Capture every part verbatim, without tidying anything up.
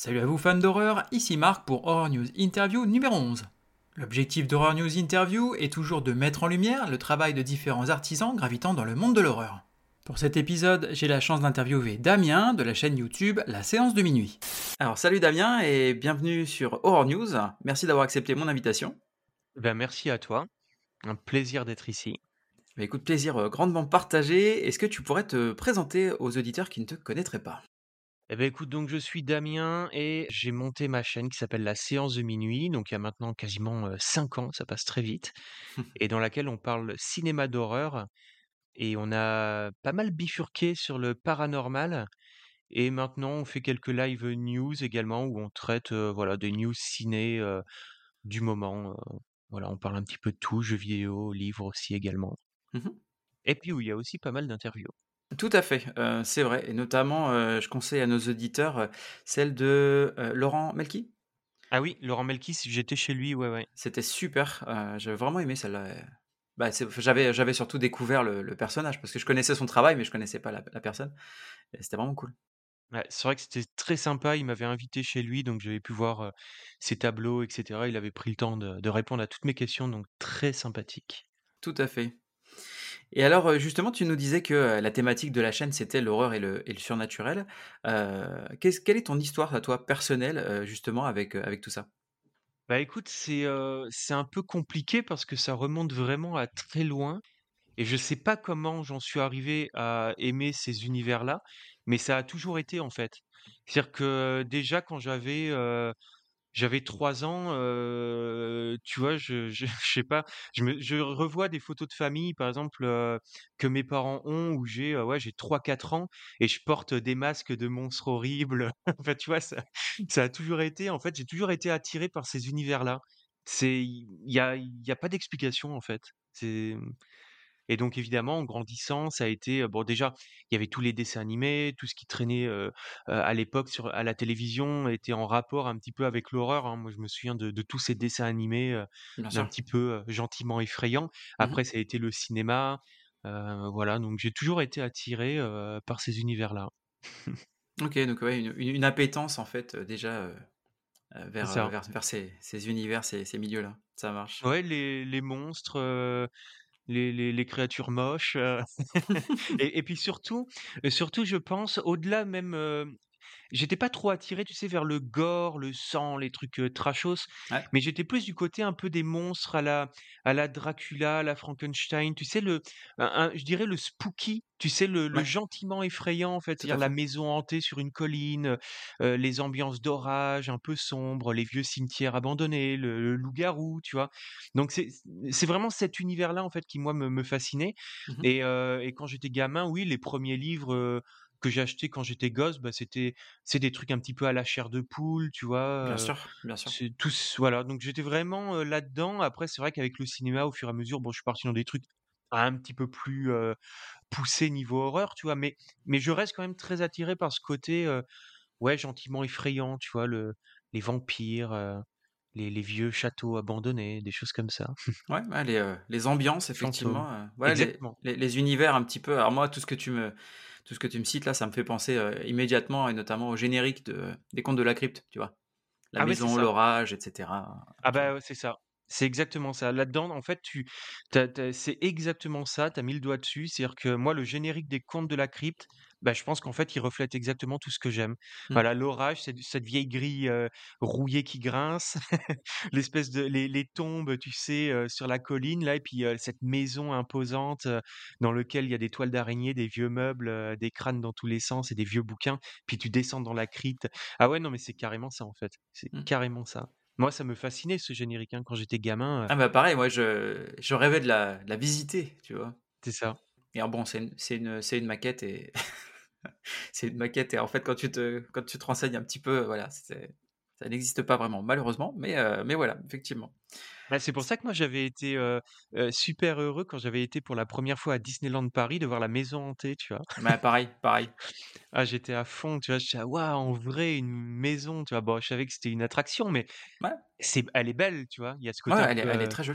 Salut à vous fans d'horreur, ici Marc pour Horror News Interview numéro onze. L'objectif d'Horror News Interview est toujours de mettre en lumière le travail de différents artisans gravitant dans le monde de l'horreur. Pour cet épisode, j'ai la chance d'interviewer Damien de la chaîne YouTube La Séance de Minuit. Alors salut Damien et bienvenue sur Horror News, merci d'avoir accepté mon invitation. Ben, merci à toi, un plaisir d'être ici. Bah, écoute, plaisir euh, grandement partagé, est-ce que tu pourrais te présenter aux auditeurs qui ne te connaîtraient pas? Eh ben, écoute, donc je suis Damien et j'ai monté ma chaîne qui s'appelle La Séance de Minuit, donc il y a maintenant quasiment euh, cinq ans, ça passe très vite, et dans laquelle on parle cinéma d'horreur et on a pas mal bifurqué sur le paranormal et maintenant on fait quelques live news également où on traite euh, voilà des news ciné euh, du moment. Euh, voilà, on parle un petit peu de tout, jeux vidéo, livres aussi également. Mhm. Et puis où il y a aussi pas mal d'interviews. Tout à fait, heu, c'est vrai et notamment, heu, je conseille à nos auditeurs, heu, celle de, heu, Laurent Melki. Ah oui, Laurent Melkis, j'étais chez lui, ouais, ouais. C'était super, heu, j'avais vraiment aimé celle-là, heu, bah, c'est j'avais j'avais surtout découvert le le personnage parce que je connaissais son travail, mais je connaissais pas la la personne et c'était vraiment cool. Ouais, c'est vrai que c'était très sympa. Il m'avait invité chez lui, donc j'avais pu voir, heu, ses tableaux et cetera. Il avait pris le temps de de répondre à toutes mes questions, donc très sympathique. Tout à fait et alors, heu, justement, tu nous disais que, heu, la thématique de la chaîne, c'était l'horreur et le et le surnaturel. Heu, qu'est-ce quelle est ton histoire à toi personnelle, heu, justement avec, heu, avec tout ça? Bah, écoute, c'est, heu, c'est un peu compliqué parce que ça remonte vraiment à très loin et je sais pas comment j'en suis arrivé à aimer ces univers-là, mais ça a toujours été, en fait. C'est-à-dire que, déjà quand j'avais, heu J'avais trois ans, heu, tu vois, je je je sais pas, je me je revois des photos de famille, par exemple, heu, que mes parents ont où j'ai, heu, ouais, j'ai trois quatre ans et je porte des masques de monstres horribles. Enfin, tu vois, ça ça a toujours été en fait, j'ai toujours été attiré par ces univers-là. C'est il y a il y a pas d'explication, en fait. C'est et donc évidemment, en grandissant, ça a été, heu, bon déjà, il y avait tous les dessins animés, tout ce qui traînait, heu heu, à l'époque sur à la télévision était en rapport un petit peu avec l'horreur, hein. Moi, je me souviens de de tous ces dessins animés, heu, Bien un sûr. petit peu, heu, gentiment effrayants. Mmh. Après, ça a été le cinéma, heu, voilà, donc j'ai toujours été attiré, heu, par ces univers-là. OK, donc ouais, une une une appétence en fait, heu, déjà, heu heu, C'est vers, heu, ça. vers vers ces ces univers, ces ces milieux-là. Ça marche. Ouais, les les monstres, heu, les les les créatures moches, heu et et puis surtout, heu, surtout je pense au-delà même, j'étais pas trop attiré, tu sais, vers le gore, le sang, les trucs, heu, trashos, Ouais, mais j'étais plus du côté un peu des monstres à la à la Dracula, à la Frankenstein, tu sais, le un un je dirais le spooky, tu sais, le le ouais, gentiment effrayant, en fait. tout à C'est-à-dire la fait. maison hantée sur une colline, heu les ambiances d'orage un peu sombres, les vieux cimetières abandonnés, le le loup-garou, tu vois? Donc c'est c'est vraiment cet univers-là, en fait, qui moi me me fascinait Mmh. et heu et quand j'étais gamin, oui, les premiers livres, heu, que j'ai achetés quand j'étais gosse, bah, c'était c'est des trucs un petit peu à la chair de poule, tu vois? Bien Heu, sûr, bien sûr. c'est tous voilà, donc j'étais vraiment, heu, là-dedans. Après, c'est vrai qu'avec le cinéma, au fur et à mesure, bon, je suis parti dans des trucs un petit peu plus, heu, poussés niveau horreur, tu vois? Mais mais je reste quand même très attiré par ce côté, heu, ouais, gentiment effrayant, tu vois? Le les vampires, heu, les les vieux châteaux abandonnés, des choses comme ça. Ouais, ouais, les, heu, les ambiances Fantômes. effectivement, heu, ouais, les Exactement. les les univers un petit peu alors moi tout ce que tu me tout ce que tu me cites là, ça me fait penser, heu, immédiatement et notamment au générique de des Contes de la Crypte, tu vois? La Ah ouais, c'est maison, ça. l'orage et cetera, Ah je bah, ouais, c'est ça. C'est exactement ça. Là-dedans, en fait, tu tu as c'est exactement ça, tu as mis le doigt dessus. C'est-à-dire que moi, le générique des Contes de la Crypte, bah, je pense qu'en fait, il reflète exactement tout ce que j'aime. mmh, Voilà, l'orage, cette cette vieille grille, heu, rouillée qui grince, l'espèce de les les tombes, tu sais, heu, sur la colline là et puis, heu, cette maison imposante, heu, dans lequel il y a des toiles d'araignée, des vieux meubles, heu, des crânes dans tous les sens et des vieux bouquins. Puis tu descends dans la crypte. Ah ouais, non, mais c'est carrément ça, en fait. C'est mmh. carrément ça. Moi, ça me fascinait ce générique, hein, quand j'étais gamin, heu, Ah bah, pareil, moi je je rêvais de la de la visiter, tu vois? c'est ça. Et alors bon, c'est une c'est une c'est une maquette et c'est une maquette et en fait quand tu te quand tu te renseignes un petit peu, voilà, c'est ça n'existe pas vraiment malheureusement, mais heu, mais voilà, effectivement. Bah, c'est pour ça que moi j'avais été, heu heu, super heureux quand j'avais été pour la première fois à Disneyland Paris de voir la maison hantée, tu vois? Bah, pareil, pareil. Ah, j'étais à fond, tu vois? J'étais là: «Waouh, en vrai une maison», tu vois? Bon, je savais que c'était une attraction, mais Ouais, c'est elle est belle, tu vois? Il y a ce ouais, côté un elle est peu, elle est heu très jolie.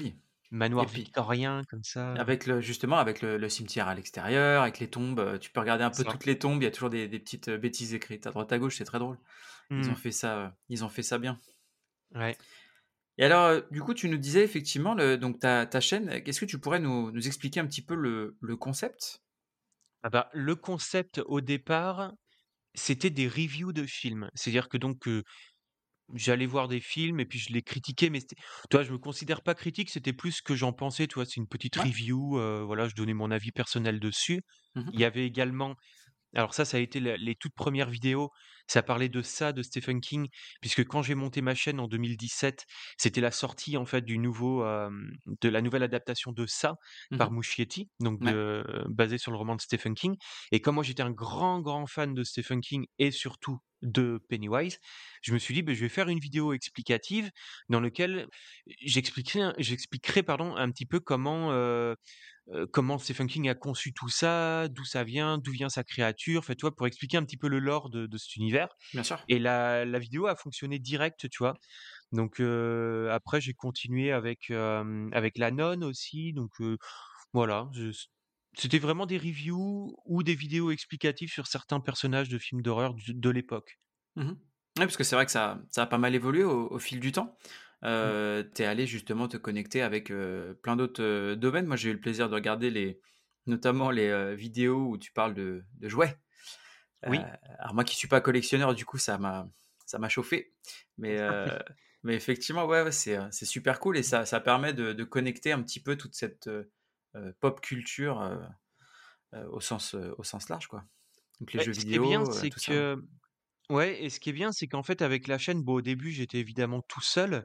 manoir Et puis victorien comme ça, heu, avec le justement, avec le le cimetière à l'extérieur, avec les tombes, heu, tu peux regarder un peu ça. toutes les tombes, il y a toujours des des petites, heu, bêtises écrites à droite à gauche, c'est très drôle. Ils ont Mmh, fait ça, heu, ils ont fait ça bien. ouais. Et alors, heu, du coup, tu nous disais effectivement le donc ta ta chaîne, est-ce que tu pourrais nous nous expliquer un petit peu le le concept? Ah bah, le concept au départ, c'était des reviews de films. C'est-à-dire que donc, heu, j'allais voir des films et puis je les critiquais, mais c'était tu vois, je me considère pas critique, c'était plus ce que j'en pensais, tu vois? C'est une petite Ouais. review, heu, voilà, je donnais mon avis personnel dessus. Mmh Il y avait également Alors ça, ça a été la les toutes premières vidéos, ça parlait de ça, de Stephen King, puisque quand j'ai monté ma chaîne en deux mille dix-sept, c'était la sortie en fait du nouveau, hem, de la nouvelle adaptation de Ça mh. par Muschietti, donc Ouais, de basé sur le roman de Stephen King et comme moi j'étais un grand, grand fan de Stephen King et surtout de Pennywise, je me suis dit: «Beh, je vais faire une vidéo explicative dans lequel j'expliquerai j'expliquerai pardon, un petit peu comment, heu heu, comment Stephen King a conçu tout ça, d'où ça vient, d'où vient sa créature, enfin, tu vois? Pour expliquer un petit peu le lore de de cet univers bien sûr. et la la vidéo a fonctionné direct, tu vois? Donc heu, après j'ai continué avec, hem, avec La Nonne aussi, donc heu, voilà, je c c'était vraiment des reviews ou des vidéos explicatives sur certains personnages de films d'horreur du de l'époque. Mmh. Ouais, parce que c'est vrai que ça ça a pas mal évolué au au fil du temps. Mmh. Heu, tu es allé justement te connecter avec, heu, plein d'autres, heu, domaines. Moi, j'ai eu le plaisir de regarder les notamment les, heu, vidéos où tu parles de de jouets. Heu, Oui. alors moi qui suis pas collectionneur, du coup, ça m'a ça m'a chauffé. Mais, heu, mais effectivement, ouais, ouais, c'est, heu, c'est super cool et ça ça permet de de connecter un petit peu toute cette, heu heu, pop culture, heu heu, au sens, heu, au sens large, quoi. Donc les Beh, jeux ce qui est bien, vidéo, heu, c'est tout ça, ouais. que ouais et ce qui est bien, c'est qu'en fait avec la chaîne, bon au début j'étais évidemment tout seul.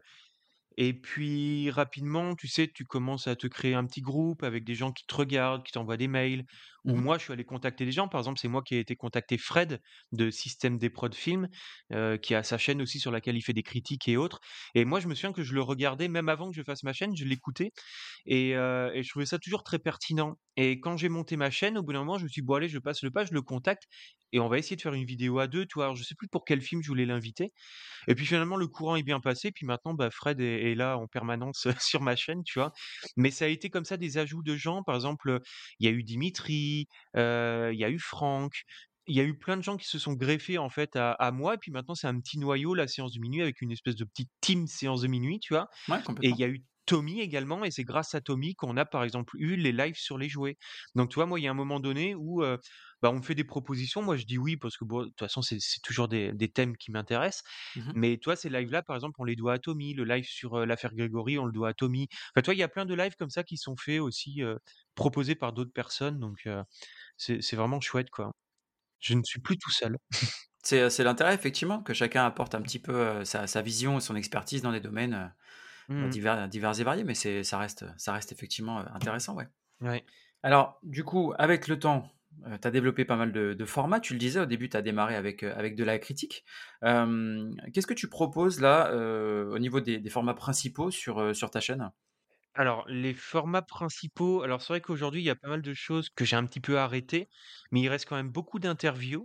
Et puis rapidement, tu sais, tu commences à te créer un petit groupe avec des gens qui te regardent, qui t'envoient des mails. Ou Mmh. moi, je suis allé contacter des gens. Par exemple, c'est moi qui ai été contacter Fred de Système des Prod Films, heu, qui a sa chaîne aussi sur laquelle il fait des critiques et autres. Et moi, je me souviens que je le regardais même avant que je fasse ma chaîne, je l'écoutais et heu et je trouvais ça toujours très pertinent. Et quand j'ai monté ma chaîne, au bout d'un moment, je me suis dit: «Bon allez, je passe le pas, je le contacte et on va essayer de faire une vidéo à deux, tu vois? Alors je sais plus pour quel film je voulais l'inviter et puis finalement, le courant est bien passé, puis maintenant, bah, Fred est est là en permanence, sur ma chaîne, tu vois? Mais ça a été comme ça des ajouts de gens, par exemple, heu, il y a eu Dimitri, heu, il y a eu Franck, il y a eu plein de gens qui se sont greffés en fait à à moi et puis maintenant c'est un petit noyau, la séance de minuit avec une espèce de petite team séance de minuit, tu vois? Ouais, Et il complètement. y a eu Tommy également et c'est grâce à Tommy qu'on a, par exemple, eu les lives sur les jouets. Donc tu vois, moi, il y a un moment donné où, heu, bah, on me fait des propositions, moi je dis oui parce que bon, de toute façon, c'est c'est toujours des des thèmes qui m'intéressent. Mmh. Mais toi, ces lives-là, par exemple, on les doit à Tommy. Le live sur, heu, l'affaire Grégory, on le doit à Tommy. Enfin, tu vois, il y a plein de lives comme ça qui sont faits aussi, heu, proposés par d'autres personnes, donc heu, c'est c'est vraiment chouette, quoi. Je ne suis plus tout seul. C'est, heu, c'est l'intérêt effectivement que chacun apporte un petit peu, heu, sa sa vision et son expertise dans des domaines, heu, bah, Mmh. divers divers et variés, mais c'est ça reste, ça reste effectivement, heu, intéressant, ouais. Ouais. Alors du coup, avec le temps, heu, tu as développé pas mal de de formats. Tu le disais au début, tu as démarré avec, heu, avec de la critique. Hem, qu'est-ce que tu proposes là, heu, au niveau des des formats principaux sur, heu, sur ta chaîne? Alors, les formats principaux alors c'est vrai qu'aujourd'hui, il y a pas mal de choses que j'ai un petit peu arrêtées, mais il reste quand même beaucoup d'interviews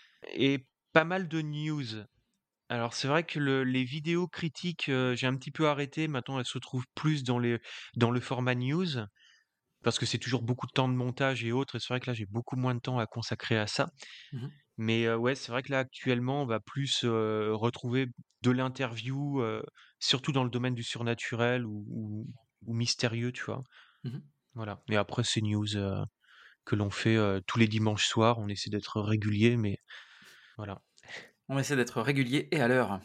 et pas mal de news. Alors c'est vrai que le les vidéos critiques, heu, j'ai un petit peu arrêté. Maintenant, elles se retrouvent plus dans les dans le format news. Parce que c'est toujours beaucoup de temps de montage et autres et c'est vrai que là, j'ai beaucoup moins de temps à consacrer à ça. Mmh. Mais, heu, ouais, c'est vrai que là, actuellement, on va plus, heu, retrouver de l'interview, heu, surtout dans le domaine du surnaturel ou ou ou mystérieux, tu vois? Mmh. Voilà. Et après, c'est news, heu, que l'on fait, heu, tous les dimanches soirs. On essaie d'être régulier, mais voilà. On essaie d'être régulier et à l'heure.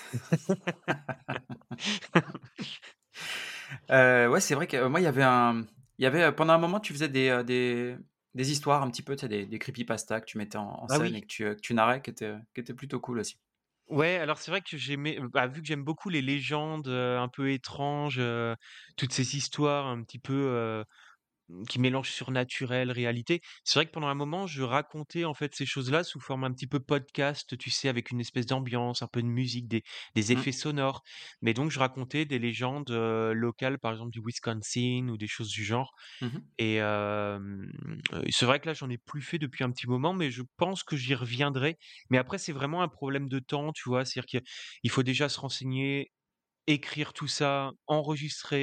Heu, ouais, c'est vrai que, heu, moi, il y avait un il y avait, heu, pendant un moment, tu faisais des, heu, des des histoires un petit peu, tu sais, des des creepypastas que tu mettais en en Ah scène et oui! que tu, heu, que tu narrais qui étaient, qui étaient plutôt cool aussi. Ouais, alors c'est vrai que j'aimais bah, vu que j'aime beaucoup les légendes, heu, un peu étranges, heu, toutes ces histoires un petit peu, heu Mmh, qui mélange surnaturel, réalité. C'est vrai que pendant un moment, je racontais en fait ces choses-là sous forme un petit peu podcast, tu sais, avec une espèce d'ambiance, un peu de musique, des des Mmh. effets sonores. Mais donc je racontais des légendes, heu, locales, par exemple du Wisconsin ou des choses du genre. Mmh mh. Et hem, heu, c'est vrai que là, j'en ai plus fait depuis un petit moment, mais je pense que j'y reviendrai. Mais après, c'est vraiment un problème de temps, tu vois? C'est-à-dire qu'il faut déjà se renseigner, écrire tout ça, enregistrer.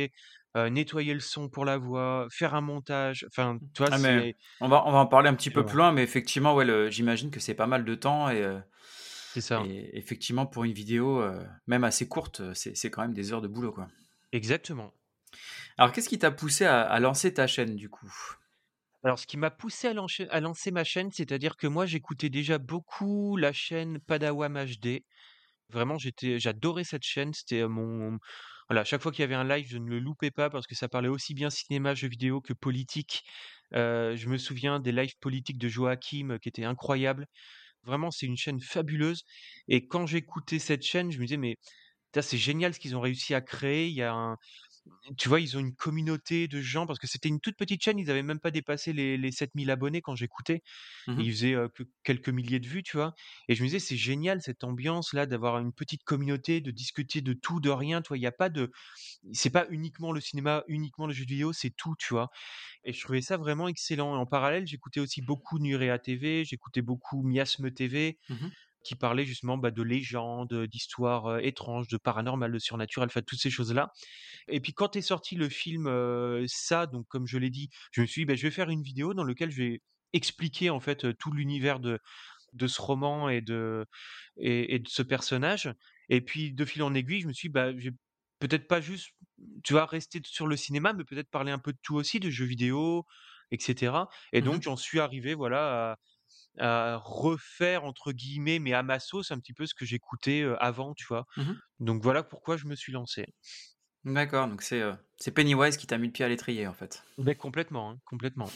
heu, nettoyer le son pour la voix, faire un montage, enfin, tu vois? Ah mais C'est on va on va en parler un petit tu peu plus vois? loin, mais effectivement, ouais, le j'imagine que c'est pas mal de temps et heu C'est ça. et effectivement pour une vidéo, heu, même assez courte, heu, c'est c'est quand même des heures de boulot, quoi. Exactement. Alors qu'est-ce qui t'a poussé à à lancer ta chaîne, du coup? Alors ce qui m'a poussé à lancher à lancer ma chaîne, c'est-à-dire que moi j'écoutais déjà beaucoup la chaîne Padawam H D. Vraiment j'étais j'adorais cette chaîne, c'était, heu, mon voilà, à chaque fois qu'il y avait un live, je ne le loupais pas parce que ça parlait aussi bien cinéma, jeux vidéo que politique. Heu, je me souviens des lives politiques de Joachim, heu, qui étaient incroyables. Vraiment, c'est une chaîne fabuleuse et quand j'écoutais cette chaîne, je me disais: «Mais putain, c'est génial ce qu'ils ont réussi à créer». Il y a un Tu vois, ils ont une communauté de gens parce que c'était une toute petite chaîne, ils avaient même pas dépassé les les sept mille abonnés quand j'écoutais Mmh et mh. ils faisaient, heu, que quelques milliers de vues, tu vois? Et je me disais: «C'est génial cette ambiance-là d'avoir une petite communauté, de discuter de tout, de rien», tu vois? Il y a pas de c'est pas uniquement le cinéma, uniquement le jeu vidéo, c'est tout, tu vois? Et je trouvais ça vraiment excellent et en parallèle, j'écoutais aussi beaucoup Nurea T V, j'écoutais beaucoup Miasme T V Mmh. qui parlait justement, bah, de légendes, d'histoires, heu, étranges, de paranormal, de surnaturel, enfin toutes ces choses-là. Et puis quand est sorti le film, heu, Ça, donc comme je l'ai dit, je me suis dit: «Beh, je vais faire une vidéo dans lequel je vais expliquer en fait, heu, tout l'univers de de ce roman et de et et de ce personnage». Et puis de fil en aiguille, je me suis dit: «Bah, je vais peut-être pas juste, tu vois, rester sur le cinéma, mais peut-être parler un peu de tout aussi, de jeux vidéo et cetera». Et Mmh. donc j'en suis arrivé, voilà, à à «refaire» entre guillemets, mais à ma sauce, un petit peu ce que j'écoutais, heu, avant, tu vois? Mmh. Donc voilà pourquoi je me suis lancé. D'accord, donc c'est, heu, c'est Pennywise qui t'a mis le pied à l'étrier, en fait. Beh, complètement, hein, complètement.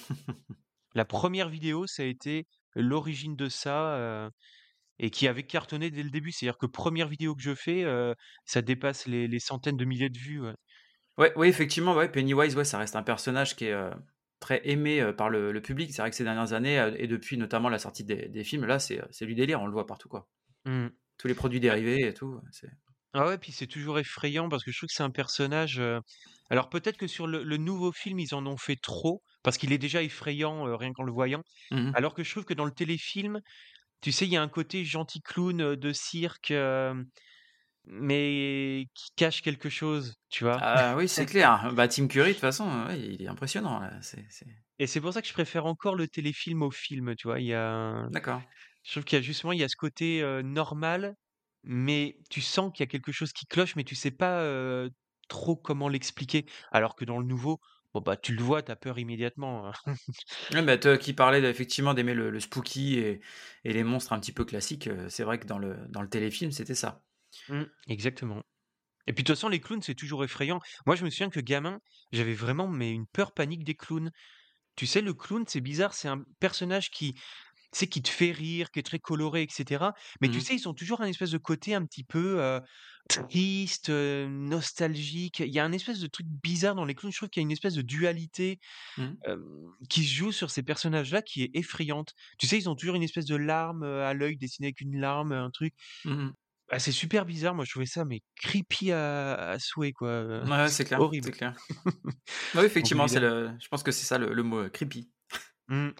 La première vidéo, ça a été l'origine de ça, heu et qui avait cartonné dès le début. C'est-à-dire que première vidéo que je fais, heu, ça dépasse les les centaines de milliers de vues, ouais. Ouais, oui, effectivement, ouais, Pennywise, ouais, ça reste un personnage qui est, heu, très aimé, heu, par le le public. C'est vrai que ces dernières années, heu et depuis notamment la sortie des des films, là, c'est, heu, c'est du délire, on le voit partout, quoi. Mmh. Tous les produits Ah dérivés et tout, c'est ah ouais, puis c'est toujours effrayant parce que je trouve que c'est un personnage, heu alors peut-être que sur le le nouveau film, ils en ont fait trop, parce qu'il est déjà effrayant, heu, rien qu'en le voyant. mmh mh. Alors que je trouve que dans le téléfilm, tu sais, il y a un côté gentil clown, heu, de cirque, hem, mais qui cache quelque chose, tu vois? Ah oui, c'est clair. Bah, Tim Curry, de toute façon, heu, ouais, il est impressionnant, là, c'est c'est Et c'est pour ça que je préfère encore le téléfilm au film, tu vois? Il y a d'accord. Je trouve qu'il y a justement, il y a ce côté, heu, normal, mais tu sens qu'il y a quelque chose qui cloche, mais tu sais pas, heu, trop comment l'expliquer. Alors que dans le nouveau, bon, bah, tu le vois, tu as peur immédiatement, hein. Ouais, bah, toi qui parlais d effectivement d'aimer le le spooky et et les monstres un petit peu classiques, heu, c'est vrai que dans le dans le téléfilm, c'était ça. Mmh, exactement. Et puis de toute façon, les clowns, c'est toujours effrayant. Moi, je me souviens que gamin, j'avais vraiment, mais une peur panique des clowns. Tu sais, le clown, c'est bizarre, c'est un personnage qui, tu sais, qui te fait rire, qui est très coloré et cetera. Mais Mmh tu mh. sais, ils ont toujours un espèce de côté un petit peu, heu, triste, heu, nostalgique. Il y a un espèce de truc bizarre dans les clowns. Je trouve qu'il y a une espèce de dualité, Mmh. hem, qui se joue sur ces personnages-là qui est effrayante. Tu sais, ils ont toujours une espèce de larme, heu, à l'œil, dessinée avec une larme, un truc. Mmh mh. Ah, c'est super bizarre. Moi, je trouvais ça mais creepy à à souhait, quoi, heu, Ouais, ouais, c'est c'est clair, c'est horrible. clair. Oui, Donc effectivement, c'est évidemment. le je pense que c'est ça le le mot, heu, creepy. Mmh.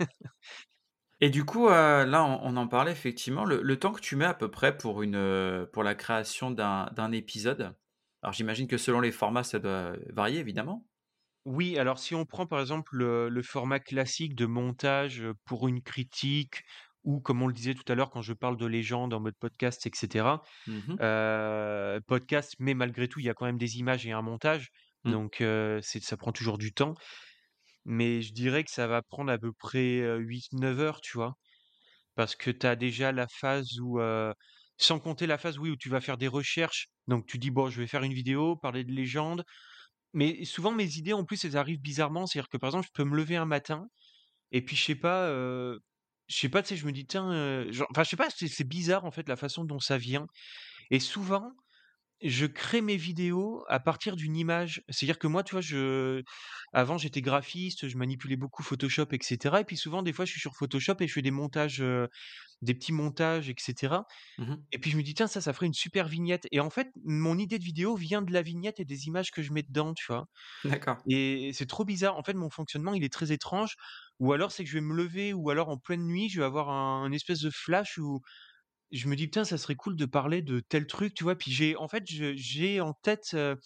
Et du coup, heu, là, on on en parlait effectivement, le le temps que tu mets à peu près pour une, heu, pour la création d'un d'un épisode. Alors j'imagine que selon les formats, ça doit varier évidemment? Oui, alors si on prend par exemple le le format classique de montage, heu, pour une critique ou comme on le disait tout à l'heure quand je parle de légende en mode podcast et cetera. Mmh mh. Heu, podcast, mais malgré tout, il y a quand même des images et un montage, Mmh. donc heu, c'est ça prend toujours du temps. Mais je dirais que ça va prendre à peu près, heu, huit neuf heures, tu vois? Parce que tu as déjà la phase où, heu sans compter la phase, oui, où tu vas faire des recherches, donc tu dis: «Bon, je vais faire une vidéo, parler de légende». Mais souvent mes idées en plus elles arrivent bizarrement, c'est-à-dire que par exemple je peux me lever un matin et puis je sais pas, heu, je sais pas, tu sais, je me dis: «Tiens», heu, genre enfin je sais pas, c'est c'est bizarre en fait la façon dont ça vient et souvent je crée mes vidéos à partir d'une image. C'est-à-dire que moi, tu vois, je avant j'étais graphiste, je manipulais beaucoup Photoshop et cetera et puis souvent des fois je suis sur Photoshop et je fais des montages, heu, des petits montages et cetera Mmh mh. et puis je me dis: «Tiens, ça, ça ferait une super vignette» et en fait mon idée de vidéo vient de la vignette et des images que je mets dedans, tu vois? D'accord. Et c'est trop bizarre. En fait, mon fonctionnement, il est très étrange. Ou alors, c'est que je vais me lever ou alors en pleine nuit, je vais avoir un un espèce de flash où je me dis: «Putain, ça serait cool de parler de tel truc», tu vois? Puis j'ai en fait, je j'ai en tête, heu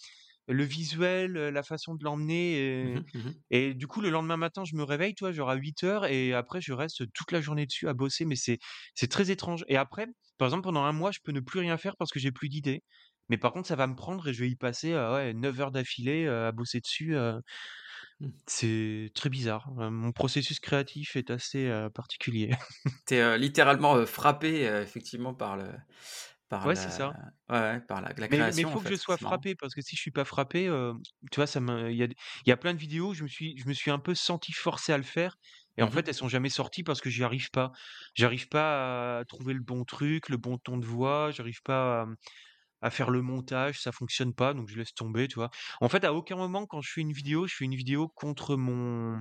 le visuel, heu, la façon de l'emmener Mmh et mh. Mmh. et du coup, le lendemain matin, je me réveille, tu vois, genre à huit heures et après je reste toute la journée dessus à bosser, mais c'est c'est très étrange et après, par exemple, pendant un mois, je peux ne plus rien faire parce que j'ai plus d'idées. Mais par contre, ça va me prendre et je vais y passer, heu, ouais, neuf heures d'affilée, heu, à bosser dessus, heu, Mmh. c'est très bizarre. Heu, mon processus créatif est assez, heu, particulier. Tu es, littéralement, heu, frappé, heu, effectivement par le par Ouais, c'est la ça. ouais, ouais, par la la Mais mais il création, en faut que je fait, sois c'est marrant. frappé parce que si je suis pas frappé, heu, tu vois, ça me il y a d il y a plein de vidéos où je me suis je me suis un peu senti forcé à le faire et en Mmh fait, mh. elles sont jamais sorties parce que j'y arrive pas. J'arrive pas à trouver le bon truc, le bon ton de voix, j'arrive pas à, mmh, à faire le montage, ça fonctionne pas, donc je laisse tomber, tu vois? En fait, à aucun moment quand je fais une vidéo, je fais une vidéo contre mon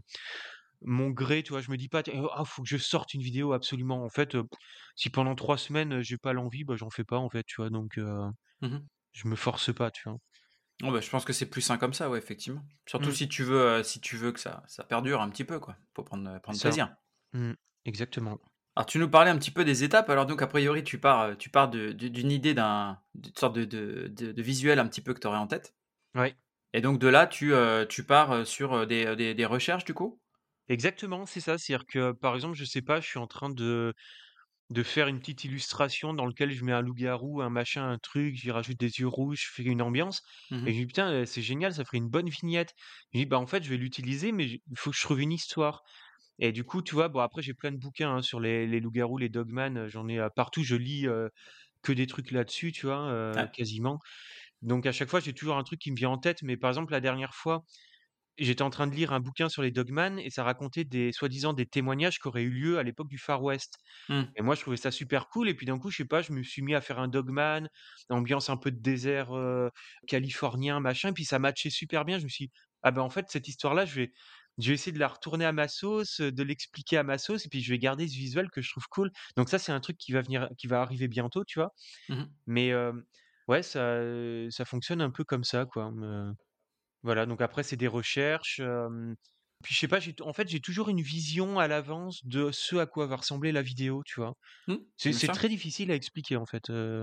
mon gré, tu vois? Je me dis pas: «Tiens, ah, faut que je sorte une vidéo absolument». En fait, heu, si pendant trois semaines, heu, j'ai pas l'envie, bah, j'en fais pas, en fait, tu vois? Donc heu, Mmh mh. je me force pas, tu vois? Oh, bah, je pense que c'est plus sain comme ça, ouais, effectivement. Surtout Mmh, si tu veux, heu, si tu veux que ça ça perdure un petit peu, quoi. Faut prendre, heu, c'est prendre ça. plaisir. Mmh, exactement. Alors tu nous parlais un petit peu des étapes, alors donc a priori tu pars, heu, tu pars de de d'une idée d'un d'une sorte de de de de visuel un petit peu que tu aurais en tête Ouais, et donc de là tu, heu, tu pars, heu, sur, heu, des, heu, des des recherches du coup? exactement, c'est ça. C'est-à-dire que, par exemple, je sais pas, je suis en train de de faire une petite illustration dans lequel je mets un loup-garou, un machin, un truc, j'y rajoute des yeux rouges, je fais une ambiance Mmh et mh. je me dis: «Putain, heu, c'est génial, ça ferait une bonne vignette». Je me dis: «Bah, en fait, je vais l'utiliser, mais j il faut que je trouve une histoire» et du coup, tu vois, bon, après j'ai plein de bouquins, hein, sur les les loups-garous, les dogman, heu, j'en ai, heu, partout. Je lis, heu, que des trucs là-dessus, tu vois, heu, Ouais. quasiment. Donc à chaque fois, j'ai toujours un truc qui me vient en tête, mais par exemple, la dernière fois j'étais en train de lire un bouquin sur les Dogman et ça racontait des soi-disant des témoignages qui auraient eu lieu à l'époque du Far West Mmh. et moi je trouvais ça super cool et puis d'un coup, je sais pas, je me suis mis à faire un Dogman, ambiance un peu de désert, heu, californien, machin et puis ça matchait super bien. Je me suis dit: «Ah ben, en fait, cette histoire-là, je vais je vais essayer de la retourner à ma sauce, heu, de l'expliquer à ma sauce et puis je vais garder ce visuel que je trouve cool». Donc ça, c'est un truc qui va venir qui va arriver bientôt, tu vois? Mmh mh. Mais, hem, ouais, ça, heu, ça fonctionne un peu comme ça, quoi, me voilà, donc après c'est des recherches, hem, puis je sais pas, j'ai en fait, j'ai toujours une vision à l'avance de ce à quoi va ressembler la vidéo, tu vois? Mmh. C'est Bien c'est sûr. très difficile à expliquer en fait, heu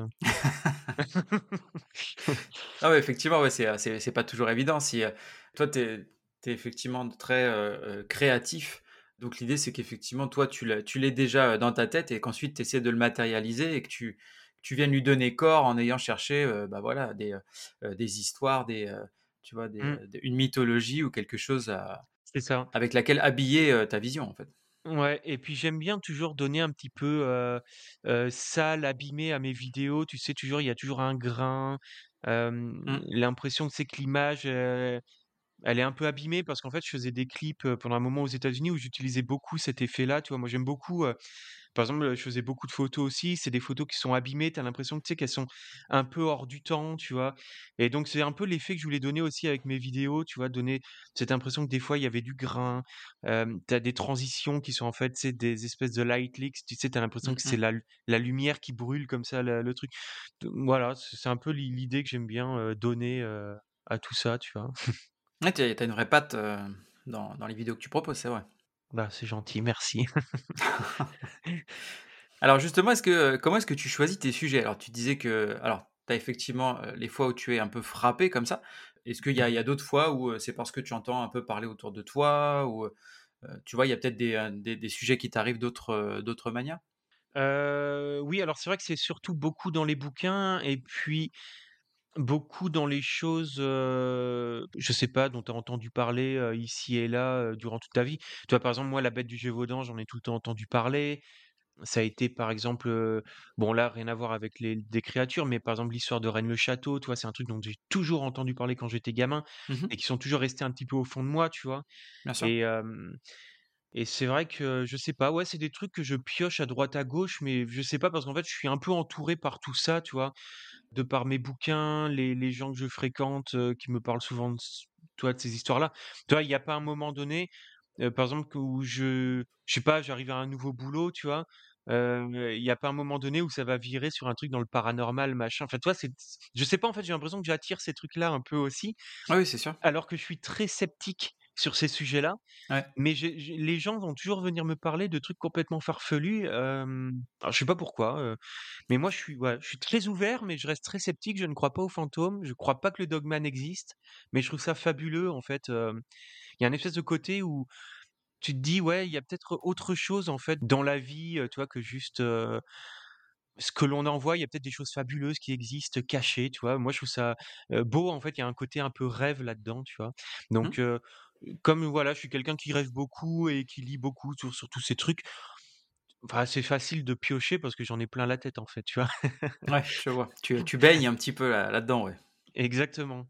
Ah ouais, effectivement, ouais, c'est, heu, c'est c'est pas toujours évident si, heu, toi tu es tu es effectivement très, heu heu, créatif. Donc l'idée, c'est qu'effectivement, toi, tu l'as tu l'aies déjà, heu, dans ta tête et qu'ensuite tu essaies de le matérialiser et que tu que tu viennes lui donner corps en ayant cherché, heu, bah, voilà, des, heu heu, des histoires, des, heu, tu vois, des, Mmh, heu, des une mythologie ou quelque chose à c'est ça. avec laquelle habiller, heu, ta vision, en fait. Ouais et puis j'aime bien toujours donner un petit peu, heu heu, sale, abîmé à mes vidéos, tu sais? Toujours il y a toujours un grain, hem, Mmh. l'impression, que c'est que l'image, heu, elle est un peu abîmée parce qu'en fait, je faisais des clips, heu, pendant un moment aux États-Unis où j'utilisais beaucoup cet effet-là, tu vois? Moi, j'aime beaucoup, heu par exemple, heu, je faisais beaucoup de photos aussi, c'est des photos qui sont abîmées, tu as l'impression que, tu sais, qu'elles sont un peu hors du temps, tu vois? Et donc c'est un peu l'effet que je voulais donner aussi avec mes vidéos, tu vois? Donner cette impression que des fois il y avait du grain, hem, tu as des transitions qui sont en fait, tu sais, des espèces de light leaks, tu sais, tu as l'impression Mmh que c'est mh. la lu la lumière qui brûle comme ça le le truc. D voilà, c'est c'est un peu l'i l'idée que j'aime bien, heu, donner, heu, à tout ça, tu vois? Ouais, tu as une vraie patte, heu, dans dans les vidéos que tu proposes, c'est vrai. Bah, c'est gentil, merci. Alors justement, est-ce que, heu, comment est-ce que tu choisis tes sujets? Alors tu disais que alors tu as effectivement, heu, les fois où tu es un peu frappé comme ça. Est-ce qu'il y a il y a d'autres fois où, heu, c'est parce que tu entends un peu parler autour de toi ou, heu tu vois, il y a peut-être des, heu, des des sujets qui t'arrivent d'autres, heu, d'autres manières? Heu, oui, alors c'est vrai que c'est surtout beaucoup dans les bouquins et puis beaucoup dans les choses, heu, je sais pas, dont tu as entendu parler, heu, ici et là, heu, durant toute ta vie. Tu vois, par exemple, moi, La Bête du Gévaudan, j'en ai tout le temps entendu parler. Ça a été, par exemple, heu, bon là, rien à voir avec les des créatures, mais par exemple, l'histoire de Rennes le Château, tu vois? C'est un truc dont j'ai toujours entendu parler quand j'étais gamin Mmh. et qui sont toujours restés un petit peu au fond de moi, tu vois? Bien sûr. Et hem et c'est vrai que, je sais pas, ouais, c'est des trucs que je pioche à droite à gauche, mais je sais pas parce qu'en fait, je suis un peu entouré par tout ça, tu vois? De par mes bouquins, les les gens que je fréquente, heu, qui me parlent souvent de c tu vois, de ces histoires-là. Tu vois, il y a pas un moment donné, heu, par exemple, que où je je sais pas, j'arrive à un nouveau boulot, tu vois? Heu, il y a pas un moment donné où ça va virer sur un truc dans le paranormal, machin. Enfin, tu vois, c'est je sais pas, en fait, j'ai l'impression que j'attire ces trucs-là un peu aussi, Oui, oui, c'est sûr. alors que je suis très sceptique. sur ces sujets-là, Ouais. mais j'ai j'ai les gens vont toujours venir me parler de trucs complètement farfelus, hem, alors je sais pas pourquoi, heu, mais moi je suis ouais, je suis très ouvert, mais je reste très sceptique. Je ne crois pas aux fantômes, je crois pas que le Dogman existe, mais je trouve ça fabuleux en fait, hem, il y a un espèce de côté où tu te dis: «Ouais, il y a peut-être autre chose en fait dans la vie, heu, tu vois, que juste, heu, ce que l'on en voit. Il y a peut-être des choses fabuleuses qui existent cachées», tu vois? Moi je trouve ça, heu, beau en fait, il y a un côté un peu rêve là-dedans, tu vois? Mmh. Donc heu, comme voilà, je suis quelqu'un qui rêve beaucoup et qui lit beaucoup sur sur tous ces trucs, enfin c'est facile de piocher parce que j'en ai plein la tête en fait, tu vois? Ouais, je vois. Tu tu baignes un petit peu là là-dedans, ouais. Exactement.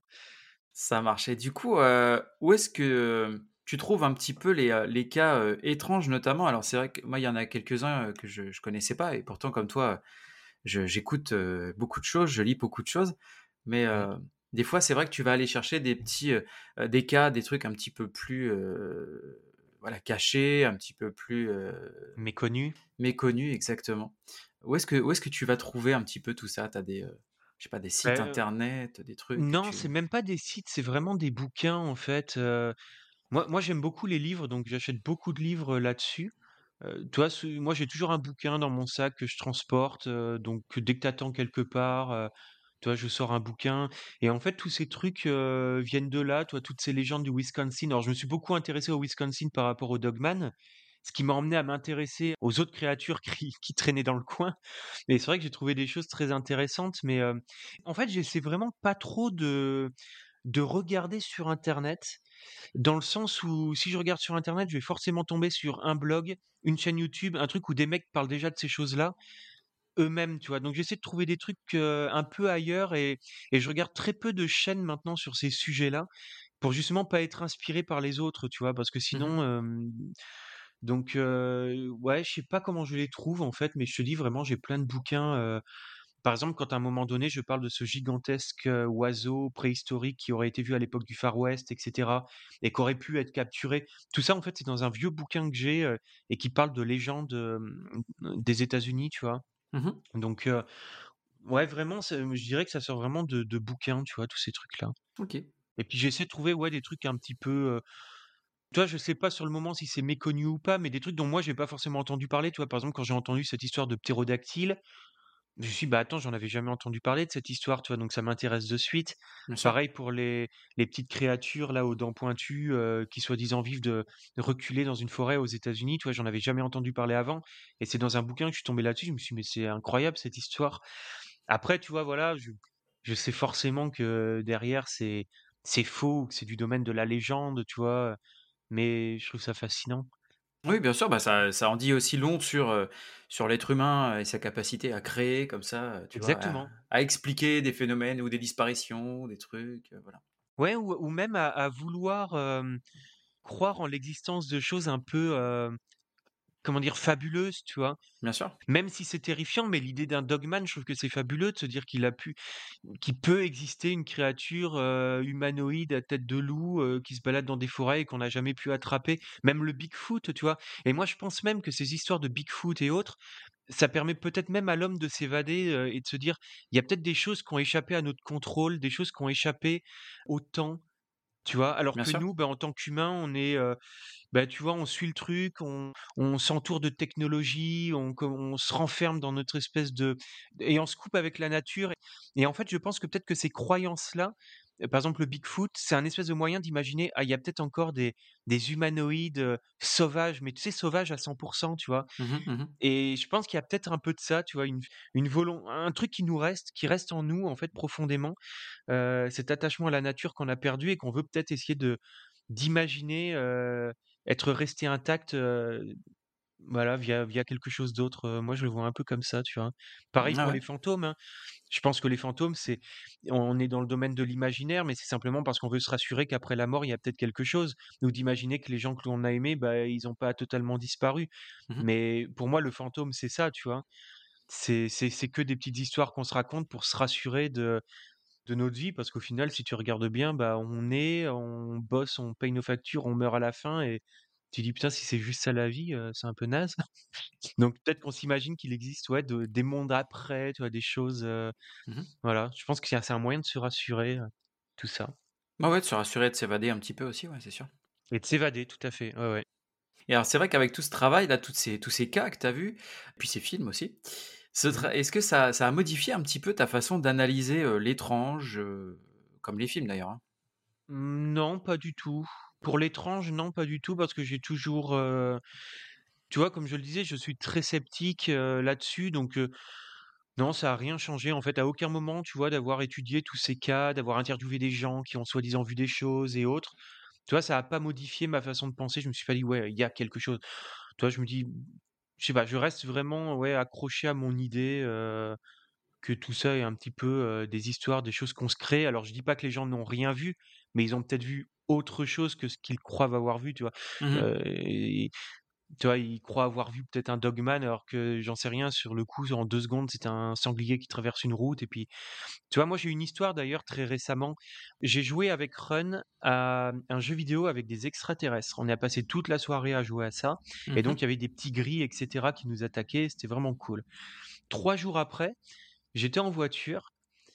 Ça marche et du coup, heu, où est-ce que, tu trouves un petit peu les, heu, les cas, heu, étranges notamment? Alors c'est vrai que moi, il y en a quelques-uns, heu, que je je connaissais pas et pourtant comme toi, je j'écoute, heu, beaucoup de choses, je lis beaucoup de choses. Mais, Ouais. heu, des fois, c'est vrai que tu vas aller chercher des petits, heu heu, des cas, des trucs un petit peu plus, heu, voilà, cachés, un petit peu plus, heu, Méconnu. méconnus exactement. Où est-ce que où est-ce que tu vas trouver un petit peu tout ça? Tu as des, heu, je sais pas, des sites Bah, internet, des trucs que non, tu c'est même pas des sites, c'est vraiment des bouquins en fait, heu, moi moi j'aime beaucoup les livres, donc j'achète beaucoup de livres, là-dessus. Heu, tu vois, ce moi j'ai toujours un bouquin dans mon sac que je transporte, heu, donc dès que t'attends quelque part, heu, tu vois, je sors un bouquin et en fait tous ces trucs, heu, viennent de là, tu vois? Toutes ces légendes du Wisconsin. Alors je me suis beaucoup intéressé au Wisconsin par rapport au Dogman, ce qui m'a emmené à m'intéresser aux autres créatures qui qui traînaient dans le coin et c'est vrai que j'ai trouvé des choses très intéressantes mais, hem, en fait j'essaie vraiment pas trop de de regarder sur internet, dans le sens où si je regarde sur internet, je vais forcément tomber sur un blog, une chaîne YouTube, un truc où des mecs parlent déjà de ces choses-là, eux-mêmes, tu vois? Donc j'essaie de trouver des trucs, heu, un peu ailleurs et et je regarde très peu de chaînes maintenant sur ces sujets-là, pour justement pas être inspiré par les autres, tu vois? Parce que Mmh mh. sinon, hem, donc heu, ouais, je sais pas comment je les trouve en fait, mais je te dis vraiment, j'ai plein de bouquins, heu, par exemple, quand à un moment donné, je parle de ce gigantesque, heu, oiseau préhistorique qui aurait été vu à l'époque du Far West et cetera et qui aurait pu être capturé. Tout ça, en fait, c'est dans un vieux bouquin que j'ai, heu et qui parle de légendes, hem, des États-Unis, tu vois? Mmh. Donc heu, ouais, vraiment, c'est je dirais que ça sort vraiment de de bouquins, tu vois, tous ces trucs-là OK. et puis j'essaie de trouver, ouais, des trucs un petit peu, heu, tu vois, je sais pas sur le moment si c'est méconnu ou pas, mais des trucs dont moi j'ai pas forcément entendu parler, tu vois? Par exemple, quand j'ai entendu cette histoire de ptérodactyle, je me suis dit: «Bah, attends, j'en avais jamais entendu parler de cette histoire», tu vois? Donc ça m'intéresse de suite. Bien sûr. Pareil pour les les petites créatures là aux dents pointues, heu, qui soi-disant vivent de reculées dans une forêt aux États-Unis, tu vois? J'en avais jamais entendu parler avant et c'est dans un bouquin que je suis tombé là-dessus. Je me suis dit: «Mais c'est incroyable cette histoire». Après, tu vois, voilà, je je sais forcément que derrière c'est c'est faux ou que c'est du domaine de la légende, tu vois? Mais je trouve ça fascinant. Oui, bien sûr, bah, ça ça en dit aussi long sur, heu, sur l'être humain et sa capacité à créer comme ça, heu, tu vois? À Exactement. à expliquer des phénomènes ou des disparitions, des trucs, heu, voilà. Ouais, ou ou même à à vouloir, hem, croire en l'existence de choses un peu, heu, comment dire? Fabuleuses, tu vois? Bien sûr. Même si c'est terrifiant, mais l'idée d'un Dogman, je trouve que c'est fabuleux de se dire qu'il a pu qu'il peut exister une créature, heu, humanoïde à tête de loup, heu, qui se balade dans des forêts et qu'on n'a jamais pu attraper. Même le Bigfoot, tu vois? Et moi, je pense même que ces histoires de Bigfoot et autres, ça permet peut-être même à l'homme de s'évader, heu, et de se dire: «Il y a peut-être des choses qui ont échappé à notre contrôle, des choses qui ont échappé au temps». Tu vois? Alors Bien que sûr. nous, bah, en tant qu'humains, on est, heu, bah, tu vois, on suit le truc, on on s'entoure de technologie, on com on se renferme dans notre espèce de et on se coupe avec la nature et en fait, je pense que peut-être que ces croyances-là, heu, par exemple le Bigfoot, c'est un espèce de moyen d'imaginer, ah, il y a peut-être encore des des humanoïdes, heu, sauvages, mais tu sais, sauvages à cent pour cent, tu vois? Mmh mh, mmh. Et je pense qu'il y a peut-être un peu de ça, tu vois? Une une volon un truc qui nous reste, qui reste en nous, en fait, profondément, heu, cet attachement à la nature qu'on a perdu et qu'on veut peut-être essayer de d'imaginer, heu, être resté intact, heu, voilà, via via quelque chose d'autre, heu, moi je le vois un peu comme ça, tu vois? Pareil Ah pour ouais. les fantômes, hein. Je pense que les fantômes, c'est on est dans le domaine de l'imaginaire, mais c'est simplement parce qu'on veut se rassurer qu'après la mort, il y a peut-être quelque chose ou d'imaginer que les gens que l'on a aimés, bah, ils ont pas totalement disparu. Mmh mh. Mais pour moi, le fantôme, c'est ça, tu vois? C'est c'est c'est que des petites histoires qu'on se raconte pour se rassurer de de notre vie parce qu'au final, si tu regardes bien, bah, on est, on bosse, on paye nos factures, on meurt à la fin et tu dis: «Putain, si c'est juste ça la vie, heu, c'est un peu naze». Donc peut-être qu'on s'imagine qu'il existe, ouais, de des mondes après, tu vois? Des choses, heu, Mmh. voilà. Je pense que c'est c'est un moyen de se rassurer, heu, tout ça. Bah, ouais, de se rassurer, de s'évader un petit peu aussi, ouais, c'est sûr. Et de s'évader, tout à fait, ouais, ouais. Et alors c'est vrai qu'avec tout ce travail là, toutes ces tous ces cas que tu as vus, puis ces films aussi, ce Mmh. tra est-ce que ça ça a modifié un petit peu ta façon d'analyser, heu, l'étrange, heu, comme les films d'ailleurs, hein? Mmh, non, pas du tout. Pour l'étrange, non, pas du tout, parce que j'ai toujours, heu, tu vois, comme je le disais, je suis très sceptique, heu, là-dessus, donc heu, non, ça a rien changé, en fait, à aucun moment, tu vois, d'avoir étudié tous ces cas, d'avoir interviewé des gens qui ont soi-disant vu des choses et autres, tu vois, ça a pas modifié ma façon de penser. Je me suis pas dit: «Ouais, il y a quelque chose». Tu vois, je me dis, je sais pas, je reste vraiment, ouais, accroché à mon idée, heu, que tout ça est un petit peu, heu, des histoires, des choses qu'on se crée. Alors je dis pas que les gens n'ont rien vu, mais ils ont peut-être vu autre chose que ce qu'ils croient avoir vu, tu vois? Mmh mh. Heu, et tu vois, ils croient avoir vu peut-être un Dogman alors que j'en sais rien, sur le coup, en deux secondes, c'était un sanglier qui traverse une route et puis tu vois, moi j'ai une histoire d'ailleurs très récemment. J'ai joué avec Run à un jeu vidéo avec des extraterrestres. On a passé toute la soirée à jouer à ça et Mmh. donc il y avait des petits gris et cetera qui nous attaquaient, c'était vraiment cool. Trois jours après, j'étais en voiture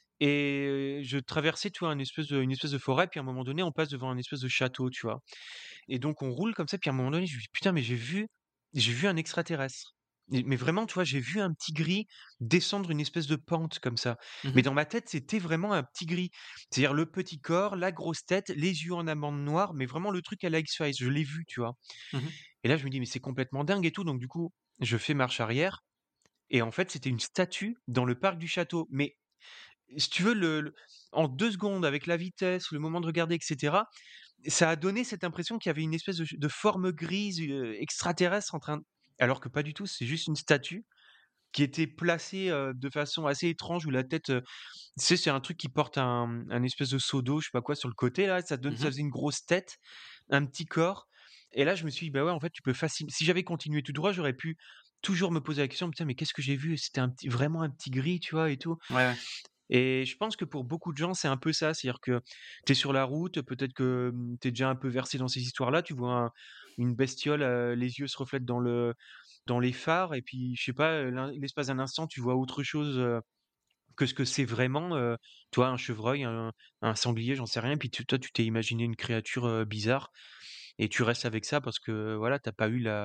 et je traversais, tu vois, un espèce de une espèce de forêt, puis à un moment donné, on passe devant un espèce de château, tu vois? Et donc on roule comme ça, puis à un moment donné, je me dis: «Putain, mais j'ai vu j'ai vu un extraterrestre». Et mais vraiment, tu vois, j'ai vu un petit gris descendre une espèce de pente comme ça. Mais Mmh. dans ma tête, c'était vraiment un petit gris. C'est-à-dire le petit corps, la grosse tête, les yeux en amande noire, mais vraiment le truc à la X-Files, je l'ai vu, tu vois? Mmh. Et là, je me dis: «Mais c'est complètement dingue et tout», donc du coup, je fais marche arrière et en fait, c'était une statue dans le parc du château. Mais si tu veux, le le en deux secondes, avec la vitesse, le moment de regarder et cetera, ça a donné cette impression qu'il y avait une espèce de ch de forme grise, heu, extraterrestre en train d alors que pas du tout, c'est juste une statue qui était placée, heu, de façon assez étrange où la tête, heu, tu sais, c'est un truc qui porte un un espèce de seau d'eau, je sais pas quoi, sur le côté là, ça donne ça Mmh. faisait une grosse tête, un petit corps et là je me suis dit: «Bah, ouais, en fait, tu peux facile» si j'avais continué tout droit, j'aurais pu toujours me poser la question: «Putain, mais qu'est-ce que j'ai vu?» C'était un petit vraiment un petit gris, tu vois et tout. Ouais, ouais. Et je pense que pour beaucoup de gens, c'est un peu ça. C'est-à-dire que tu es sur la route, peut-être que, mmh, tu es déjà un peu versé dans ces histoires-là. Tu vois un une bestiole, heu, les yeux se reflètent dans le dans les phares et puis je sais pas, heu, l'in l'espace d'un instant, tu vois autre chose, heu, que ce que c'est vraiment, heu, tu vois un chevreuil, un un sanglier, j'en sais rien. Puis tu toi, tu t'es imaginé une créature, heu, bizarre et tu restes avec ça parce que voilà, tu as pas eu la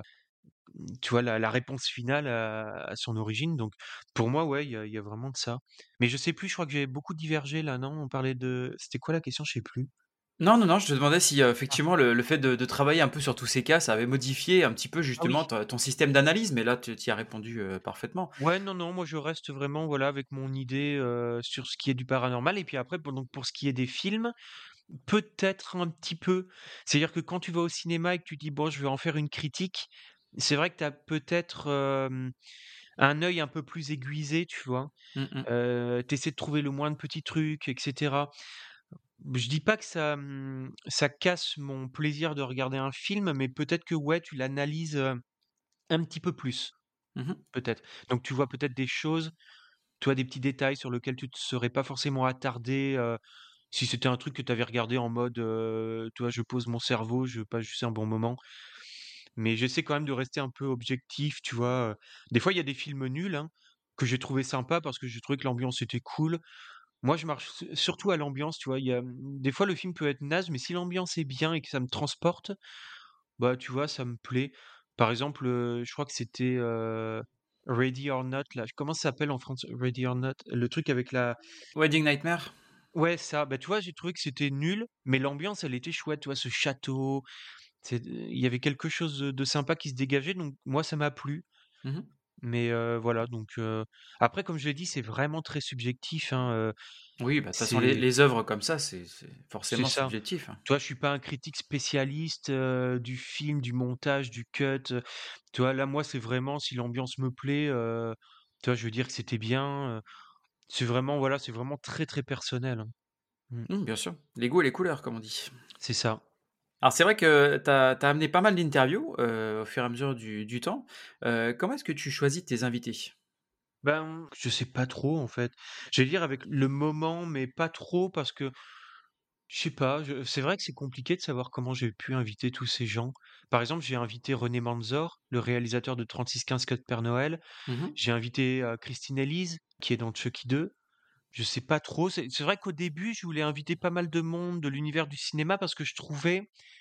tu vois, la la réponse finale à à son origine, donc pour moi, ouais, il y a il y a vraiment de ça. Mais je sais plus, je crois que j'ai beaucoup divergé là, non? On parlait de c'était quoi la question? Je sais plus. Non, non, non, je te demandais si, heu, Ah. effectivement le le fait de de travailler un peu sur tous ces cas, ça avait modifié un petit peu Ah oui. justement ta ton système d'analyse, mais là tu y as répondu, heu, parfaitement. Ouais, non, non, moi je reste vraiment, voilà, avec mon idée, heu, sur ce qui est du paranormal et puis après pour donc pour ce qui est des films, peut-être un petit peu. C'est-à-dire que quand tu vas au cinéma et que tu dis: «Bon, je vais en faire une critique», c'est vrai que tu as peut-être, hem, un œil un peu plus aiguisé, tu vois? Mmh mh. Heu, tu essaies de trouver le moins de petits trucs et cetera. Je dis pas que ça, mmh, ça casse mon plaisir de regarder un film, mais peut-être que, ouais, tu l'analyses, heu, un petit peu plus, Mmh. peut-être. Donc tu vois peut-être des choses, tu vois des petits détails sur lesquels tu te serais pas forcément attardé, heu, si c'était un truc que tu avais regardé en mode, heu, tu vois: «Je pose mon cerveau, je passe juste un bon moment». Mais j'essaie quand même de rester un peu objectif, tu vois? Heu, des fois, il y a des films nuls, hein, que j'ai trouvé sympas parce que j'ai trouvé que l'ambiance était cool. Moi, je marche su surtout à l'ambiance, tu vois? Il y a, mmh, des fois, le film peut être naze, mais si l'ambiance est bien et que ça me transporte, bah, tu vois, ça me plaît. Par exemple, heu, je crois que c'était, heu, Ready or Not, là. Comment ça s'appelle en français? Ready or Not? Le truc avec la Wedding Nightmare? ouais, ça. Bah, tu vois, j'ai trouvé que c'était nul, mais l'ambiance, elle était chouette, tu vois? Ce château, c'est il y avait quelque chose, de de sympa qui se dégageait, donc moi, ça m'a plu. Mmh. Mais, heu, voilà, donc, heu, après, comme je l'ai dit, c'est vraiment très subjectif, hein, heu, Oui, bah, de toute façon les c'est les œuvres comme ça, c'est c'est c'est forcément ça. subjectif, hein. Tu vois, je suis pas un critique spécialiste, heu, du film, du montage, du cut, heu, tu vois? Là, moi, c'est vraiment si l'ambiance me plaît, heu, tu vois, je veux dire que c'était bien, heu, c'est vraiment, voilà, c'est vraiment très, très personnel, hein. Mmh, Mmh, bien sûr. Les goûts et les couleurs, comme on dit. c'est ça. Alors c'est vrai que tu as amené pas mal d'interviews, heu, au fur et à mesure du du temps. Heu, comment est-ce que tu choisis tes invités? Ben, je sais pas trop, en fait. J'allais dire avec le moment, mais pas trop parce que je sais pas, je c'est vrai que c'est compliqué de savoir comment j'ai pu inviter tous ces gens. Par exemple, j'ai invité René Manzor, le réalisateur de trente-six quinze Cut Père Noël. Mmh. J'ai invité, heu, Christine Elise, qui est dans Chucky deux. Je sais pas trop, c'est c'est vrai qu'au début, je voulais inviter pas mal de monde de l'univers du cinéma parce que je trouvais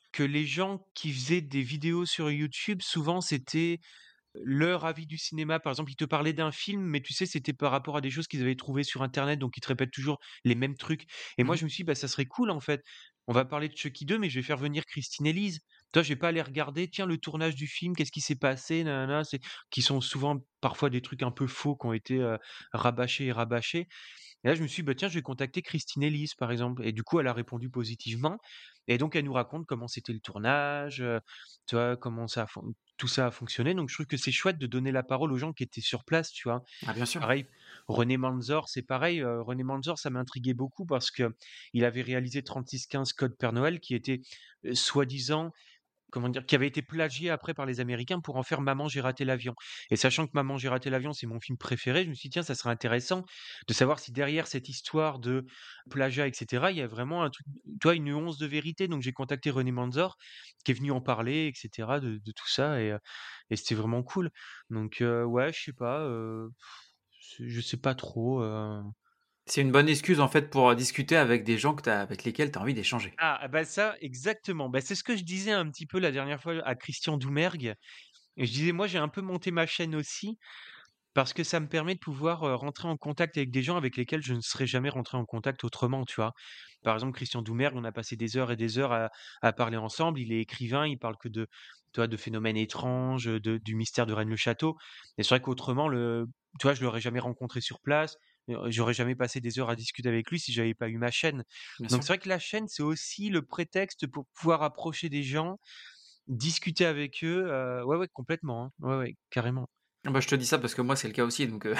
que les gens qui faisaient des vidéos sur YouTube, souvent, c'était leur avis du cinéma. Par exemple, ils te parlaient d'un film, mais tu sais, c'était par rapport à des choses qu'ils avaient trouvées sur internet, donc ils te répètent toujours les mêmes trucs. Et moi, Mmh. je me suis dit: «Bah, ça serait cool, en fait. On va parler de Chucky deux, mais je vais faire venir Christine Elise. Toi, je vais pas aller regarder, tiens, le tournage du film, qu'est-ce qui s'est passé, nin c'est qui sont souvent parfois des trucs un peu faux qui ont été, heu, rabâchés et rabâchés. Et là, je me suis dit: «Bah, tiens, je vais contacter Christine Elise», par exemple, et du coup, elle a répondu positivement et donc elle nous raconte comment c'était le tournage, heu, tu vois? Comment ça a fon tout ça a fonctionné, donc je trouve que c'est chouette de donner la parole aux gens qui étaient sur place, tu vois? Ah bien sûr. Pareil, René Manzor, c'est pareil, heu, René Manzor, ça m'intriguait beaucoup parce qu'il avait réalisé trente-six quinze Code Père Noël qui était, heu, soi-disant, comment dire? Qui avait été plagié après par les Américains pour en faire Maman, j'ai raté l'avion, et sachant que Maman, j'ai raté l'avion, c'est mon film préféré, je me suis dit: «Tiens, ça serait intéressant de savoir si derrière cette histoire de plagiat et cetera, il y a vraiment un truc, tu vois, une once de vérité». Donc j'ai contacté René Manzor qui est venu en parler et cetera de de tout ça, et heu et c'était vraiment cool. Donc heu, ouais, je sais pas, heu, c'est je sais pas trop, heu C'est une bonne excuse, en fait, pour, heu, discuter avec des gens que tu avec lesquels tu as envie d'échanger. ah, ah bah, ça, exactement. Bah, c'est ce que je disais un petit peu la dernière fois à Christian Doumergue, et je disais: «Moi, j'ai un peu monté ma chaîne aussi parce que ça me permet de pouvoir, heu, rentrer en contact avec des gens avec lesquels je ne serais jamais rentré en contact autrement», tu vois? Par exemple, Christian Doumergue, on a passé des heures et des heures à à parler ensemble. Il est écrivain, il parle que de, tu vois, de phénomènes étranges, de du mystère de Rennes-le-Château, et c'est vrai qu'autrement le tu vois, je l'aurais jamais rencontré sur place, heu, j'aurais jamais passé des heures à discuter avec lui si j'avais pas eu ma chaîne. Bien Donc sûr. c'est vrai que la chaîne, c'est aussi le prétexte pour pouvoir approcher des gens, discuter avec eux, heu, ouais, ouais, complètement, hein. Ouais, ouais, carrément. Ah bah, je te dis ça parce que moi, c'est le cas aussi, donc heu,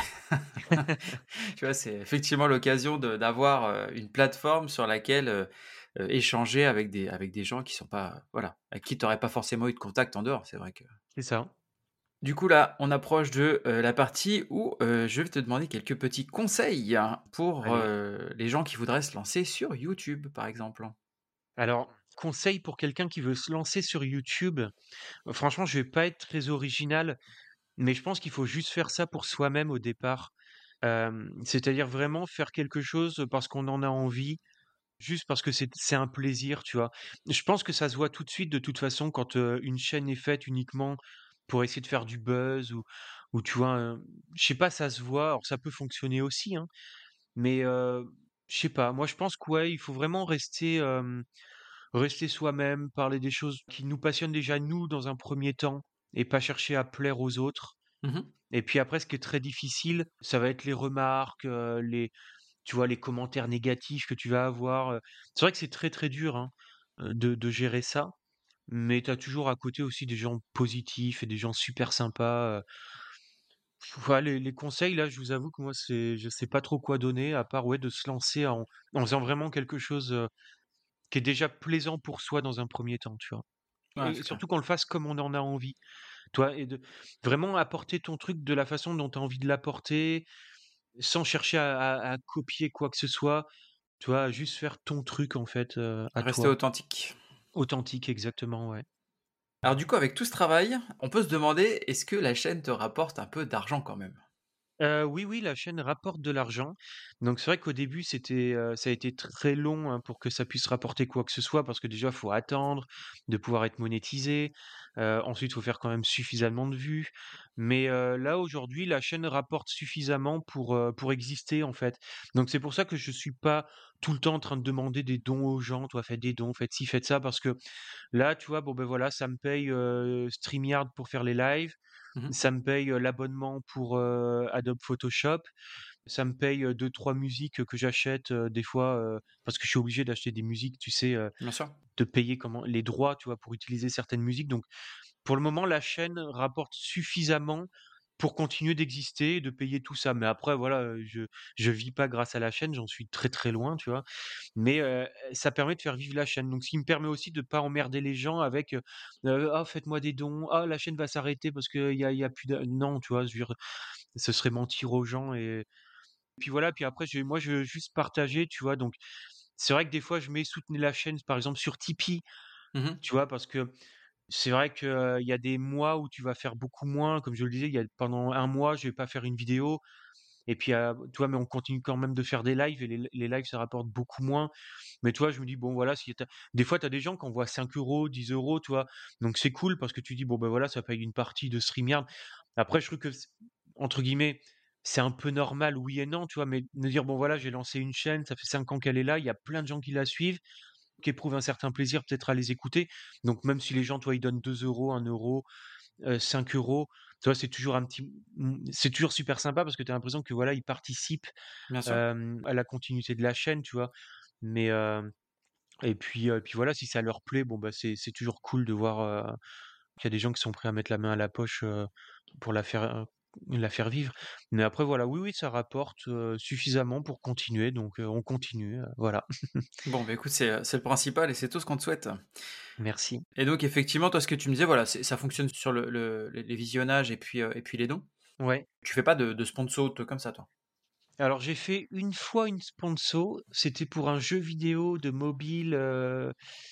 tu vois, c'est effectivement l'occasion de d'avoir, heu, une plateforme sur laquelle, heu heu, échanger avec des avec des gens qui sont pas voilà, avec qui tu aurais pas forcément eu de contact en dehors, c'est vrai que C'est ça. du coup, là, on approche de, heu, la partie où, heu, je vais te demander quelques petits conseils, hein, pour, Allez. heu, les gens qui voudraient se lancer sur YouTube, par exemple. Alors, conseil pour quelqu'un qui veut se lancer sur YouTube, euh, franchement, je vais pas être très original, mais je pense qu'il faut juste faire ça pour soi-même au départ. Hem, c'est-à-dire vraiment faire quelque chose parce qu'on en a envie, juste parce que c'est c'est un plaisir, tu vois? Je pense que ça se voit tout de suite de toute façon quand, heu, une chaîne est faite uniquement pour essayer de faire du buzz ou ou tu vois, heu, je sais pas, ça se voit. Alors ça peut fonctionner aussi, hein, mais heu, je sais pas. Moi, je pense que ouais, il faut vraiment rester, hem rester soi-même, parler des choses qui nous passionnent déjà nous dans un premier temps et pas chercher à plaire aux autres. Mmh. Et puis après, ce qui est très difficile, ça va être les remarques, heu, les tu vois, les commentaires négatifs que tu vas avoir, heu. C'est vrai que c'est très, très dur, hein, heu, de de gérer ça, mais tu as toujours à côté aussi des gens positifs et des gens super sympas, heu. Voilà, les les conseils là, je vous avoue que moi, c'est je sais pas trop quoi donner à part, ouais, de se lancer en en faisant vraiment quelque chose, heu, qui est déjà plaisant pour soi dans un premier temps, tu vois? Ouais, Et c'est clair. surtout qu'on le fasse comme on en a envie, toi, et de vraiment apporter ton truc de la façon dont tu as envie de l'apporter, sans chercher à à à copier quoi que ce soit, tu vois? Juste faire ton truc en fait, heu, à Rester toi. authentique. Authentique, exactement, ouais. Alors du coup, avec tout ce travail, on peut se demander, est-ce que la chaîne te rapporte un peu d'argent quand même? Heu, oui, oui, la chaîne rapporte de l'argent. Donc c'est vrai qu'au début, c'était, heu, ça a été très long, hein, pour que ça puisse rapporter quoi que ce soit parce que déjà, il faut attendre de pouvoir être monétisé. Heu, ensuite, il faut faire quand même suffisamment de vues. Mais, heu, là, aujourd'hui, la chaîne rapporte suffisamment pour, heu, pour exister, en fait. Donc c'est pour ça que je suis pas tout le temps en train de demander des dons aux gens: «Toi, faites des dons, faites ci, faites ça», parce que là, tu vois, bon, ben voilà, ça me paye, heu, StreamYard pour faire les lives. Mmh. Ça me paye, heu, l'abonnement pour, heu, Adobe Photoshop. Ça me paye, heu, deux trois musiques, que j'achète, heu, des fois, heu, parce que je suis obligé d'acheter des musiques, tu sais, heu, Bien sûr. de payer comment les droits, tu vois, pour utiliser certaines musiques. Donc pour le moment, la chaîne rapporte suffisamment pour continuer d'exister et de payer tout ça. Mais après voilà, heu, je je vis pas grâce à la chaîne, j'en suis très, très loin, tu vois? Mais heu, ça permet de faire vivre la chaîne. Donc ce qui me permet aussi de pas emmerder les gens avec, heu heu: «Ah faites-moi des dons. Ah la chaîne va s'arrêter parce qu'il y a il y a plus de» non, tu vois? Je veux dire, ce serait mentir aux gens. Et puis voilà, puis après j'ai moi je veux juste partager, tu vois? Donc c'est vrai que des fois je mets soutenez la chaîne, par exemple sur Tipeee, Mmh. tu vois? Parce que c'est vrai qu'il y a des mois où tu vas faire beaucoup moins. Comme je le disais, il y a pendant un mois, je vais pas faire une vidéo. et puis, heu, tu vois? Mais on continue quand même de faire des lives et les les lives, ça rapporte beaucoup moins. Mais tu vois? Je me dis: «Bon voilà, si tu des fois, tu as des gens qui envoient cinq euros, dix euros, tu vois? Donc c'est cool parce que tu dis: «Bon, ben voilà, ça paye une partie de StreamYard». Après, je trouve que c entre guillemets, «c'est un peu normal», oui et non, tu vois? Mais me dire: «Bon voilà, j'ai lancé une chaîne, ça fait cinq ans qu'elle est là, il y a plein de gens qui la suivent, qui éprouvent un certain plaisir peut-être à les écouter». Donc même si les gens, tu vois? Ils donnent deux euros, un euro, heu, cinq euros, tu vois? C'est toujours un petit mmh, c'est toujours super sympa parce que tu as l'impression que voilà, ils participent, Bien sûr. hem, à la continuité de la chaîne, tu vois? Mais, hem et puis, heu, puis voilà, si ça leur plaît, bon, bah, c'est c'est toujours cool de voir, heu, qu'il y a des gens qui sont prêts à mettre la main à la poche, heu, pour la faire, heu, la faire vivre. Mais après voilà, oui, oui, ça rapporte, heu, suffisamment pour continuer, donc, heu, on continue, heu, voilà. Bon, bah, écoute, c'est, heu, c'est le principal et c'est tout ce qu'on te souhaite. Merci. Et donc effectivement, toi, ce que tu me disais, voilà, c'est ça fonctionne sur le le les les visionnages et puis, heu et puis les dons. Ouais. Tu fais pas de de sponsor, de trucs comme ça, toi? Alors j'ai fait une fois une sponsor, c'était pour un jeu vidéo de mobile, heu,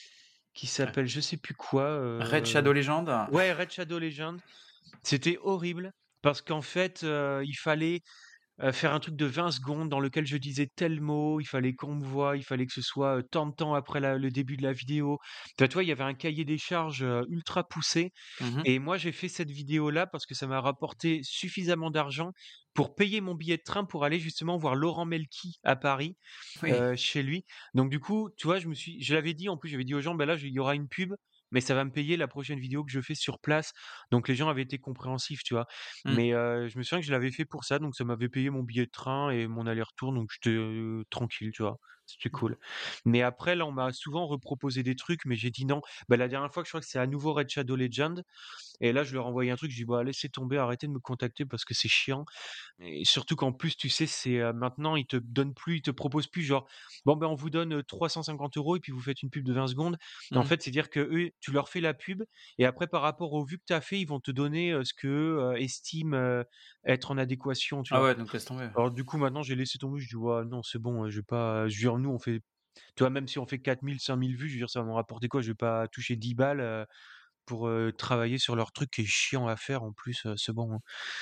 qui Ouais. s'appelle je sais plus quoi, Red heu Shadow Legends? ouais, Red Shadow Legends. C'était horrible parce qu'en fait, heu, il fallait Heu, faire un truc de vingt secondes dans lequel je disais tel mot, il fallait qu'on me voie, il fallait que ce soit, heu, tant de temps après la le début de la vidéo. Enfin, tu vois, il y avait un cahier des charges, heu, ultra poussé Mmh. et moi j'ai fait cette vidéo-là parce que ça m'a rapporté suffisamment d'argent pour payer mon billet de train pour aller justement voir Laurent Melki à Paris, Oui. heu, chez lui. Donc du coup, tu vois, je me suis je l'avais dit en plus, j'avais dit aux gens: «Bah, là, il y aura une pub, mais ça va me payer la prochaine vidéo que je fais sur place». Donc les gens avaient été compréhensifs, tu vois? Mmh. Mais heu, je me souviens que je l'avais fait pour ça, donc ça m'avait payé mon billet de train et mon aller-retour, donc j'étais, heu, tranquille, tu vois? C'était Bon. cool. Mais après, là, on m'a souvent reproposé des trucs, mais j'ai dit non. Bah, la dernière fois, je crois que c'est à nouveau Red Shadow Legend et là, je leur ai envoyé un truc, je dis: «Bah, laissez tomber, arrêtez de me contacter parce que c'est chiant». Et surtout qu'en plus, tu sais, c'est, heu, maintenant, ils te donnent plus ils te proposent plus genre: «Bon, ben, on vous donne, heu, trois cent cinquante euros et puis vous faites une pub de vingt secondes». En Mmh. fait, c'est-à-dire qu'eux, tu leur fais la pub et après par rapport aux vues que tu as fait, ils vont te donner, heu, ce qu'eux, heu, estiment, heu, être en adéquation, tu Ah vois? ouais, donc laisse tomber. Alors du coup, maintenant, j'ai laissé tomber, je dis: «Ouais, non, c'est bon, heu, je vais pas» je veux dire, nous, on fait tu vois, même si on fait quatre mille, cinq mille vues, je veux dire, ça va m'en rapporter quoi? Je vais pas toucher dix balles, heu, pour, heu, travailler sur leur truc qui est chiant à faire en plus, heu, c'est bon, hein.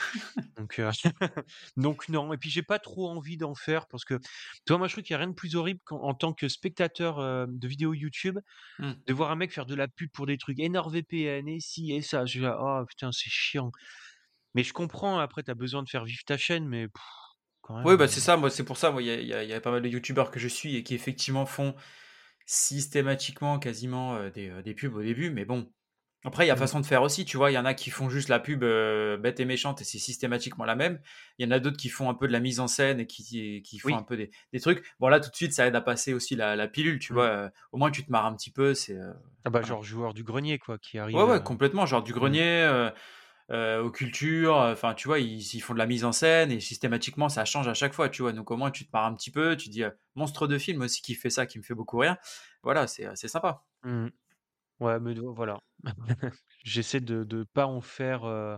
Donc heu, donc non et puis j'ai pas trop envie d'en faire parce que, tu vois, moi je trouve qu'il y a rien de plus horrible qu'en en tant que spectateur, heu, de vidéos YouTube, Mmh. de voir un mec faire de la pub pour des trucs et NordVPN et ci et ça. Je suis là: «Oh putain, c'est chiant». Mais je comprends, après tu as besoin de faire vivre ta chaîne, mais pff, quand Oui, même, bah, heu, c'est ça, moi, c'est pour ça, moi, il y a il y a il y a pas mal de youtubeurs que je suis et qui effectivement font systématiquement quasiment, heu, des, heu, des pubs au début, mais bon, après il y a mmh, façon de faire aussi, tu vois? Il y en a qui font juste la pub, heu, bête et méchante et c'est systématiquement la même. Il y en a d'autres qui font un peu de la mise en scène et qui qui font un oui, peu des des trucs. Bon là, tout de suite, ça aide à passer aussi la la pilule, tu mmh. vois? Heu, au moins tu te marres un petit peu, c'est, heu, Ah bah, voilà. genre joueur du grenier quoi, qui Ouais, arrive, ouais, heu, complètement, genre du mmh, grenier, heu heu, aux cultures, heu, enfin, tu vois? Ils ils font de la mise en scène et systématiquement ça change à chaque fois, tu vois? Donc au moins tu te marres un petit peu, tu dis, heu: «Monstre de film» aussi qui fait ça, qui me fait beaucoup rire. Voilà, c'est, heu, c'est sympa. mmh, ouais, mais do voilà. J'essaie de de pas en faire, heu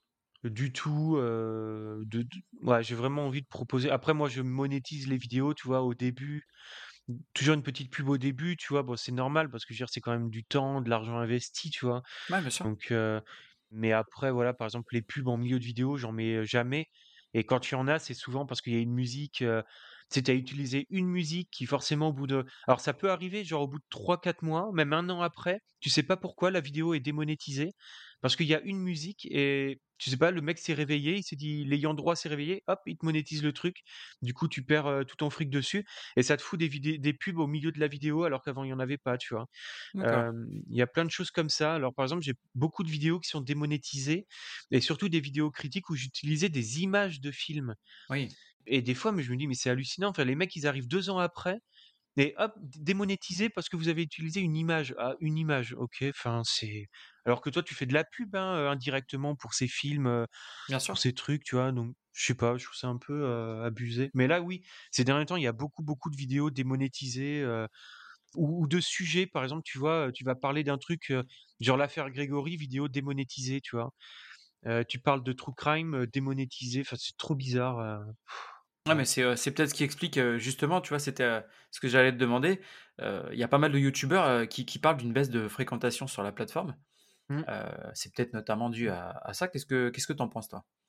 du tout, heu, de d ouais, j'ai vraiment envie de proposer après moi je monétise les vidéos, tu vois? Au début, toujours une petite pub au début, tu vois? Bon, c'est normal parce que je veux dire, c'est quand même du temps, de l'argent investi, tu vois? Ouais, bien sûr. Donc heu, mais après voilà, par exemple, les pubs en milieu de vidéo, j'en mets, heu, jamais et quand il y en a, c'est souvent parce qu'il y a une musique, heu, tu sais, tu as utilisé une musique qui forcément au bout de alors ça peut arriver genre au bout de trois quatre mois, même un an après, tu sais pas pourquoi la vidéo est démonétisée parce qu'il y a une musique et tu sais pas, le mec s'est réveillé, il s'est dit l'ayant droit s'est réveillé, hop, il te monétise le truc. Du coup, tu perds, heu, tout ton fric dessus et ça te fout des vidé des pubs au milieu de la vidéo alors qu'avant il y en avait pas, tu vois? D'accord. Hem, il y a plein de choses comme ça. Alors, par exemple, j'ai beaucoup de vidéos qui sont démonétisées et surtout des vidéos critiques où j'utilisais des images de films Oui. et des fois, mais je me dis: «Mais c'est hallucinant». Enfin, les mecs, ils arrivent deux ans après et hop, d démonétisé parce que vous avez utilisé une image. Ah, une image, OK, enfin, c'est alors que toi, tu fais de la pub, hein, heu, indirectement pour ces films, heu, Bien pour sûr. ces trucs, tu vois? Donc, je sais pas, je trouve ça un peu, heu, abusé. Mais là, oui, ces derniers temps, il y a beaucoup, beaucoup de vidéos démonétisées, heu ou ou de sujets, par exemple, tu vois, heu, tu vas parler d'un truc, heu, genre l'affaire Grégory, vidéo démonétisée, tu vois? Heu, tu parles de true crime, heu, démonétisé, enfin, c'est trop bizarre, heu, Ouais, ouais. mais c'est, heu, c'est peut-être ce qui explique, heu, justement, tu vois, c'était, heu, ce que j'allais te demander. Heu, il y a pas mal de youtubeurs, heu, qui qui parlent d'une baisse de fréquentation sur la plateforme. Mmh. Heu, c'est peut-être notamment dû à à ça. Qu'est-ce que qu'est-ce que tu en penses, toi?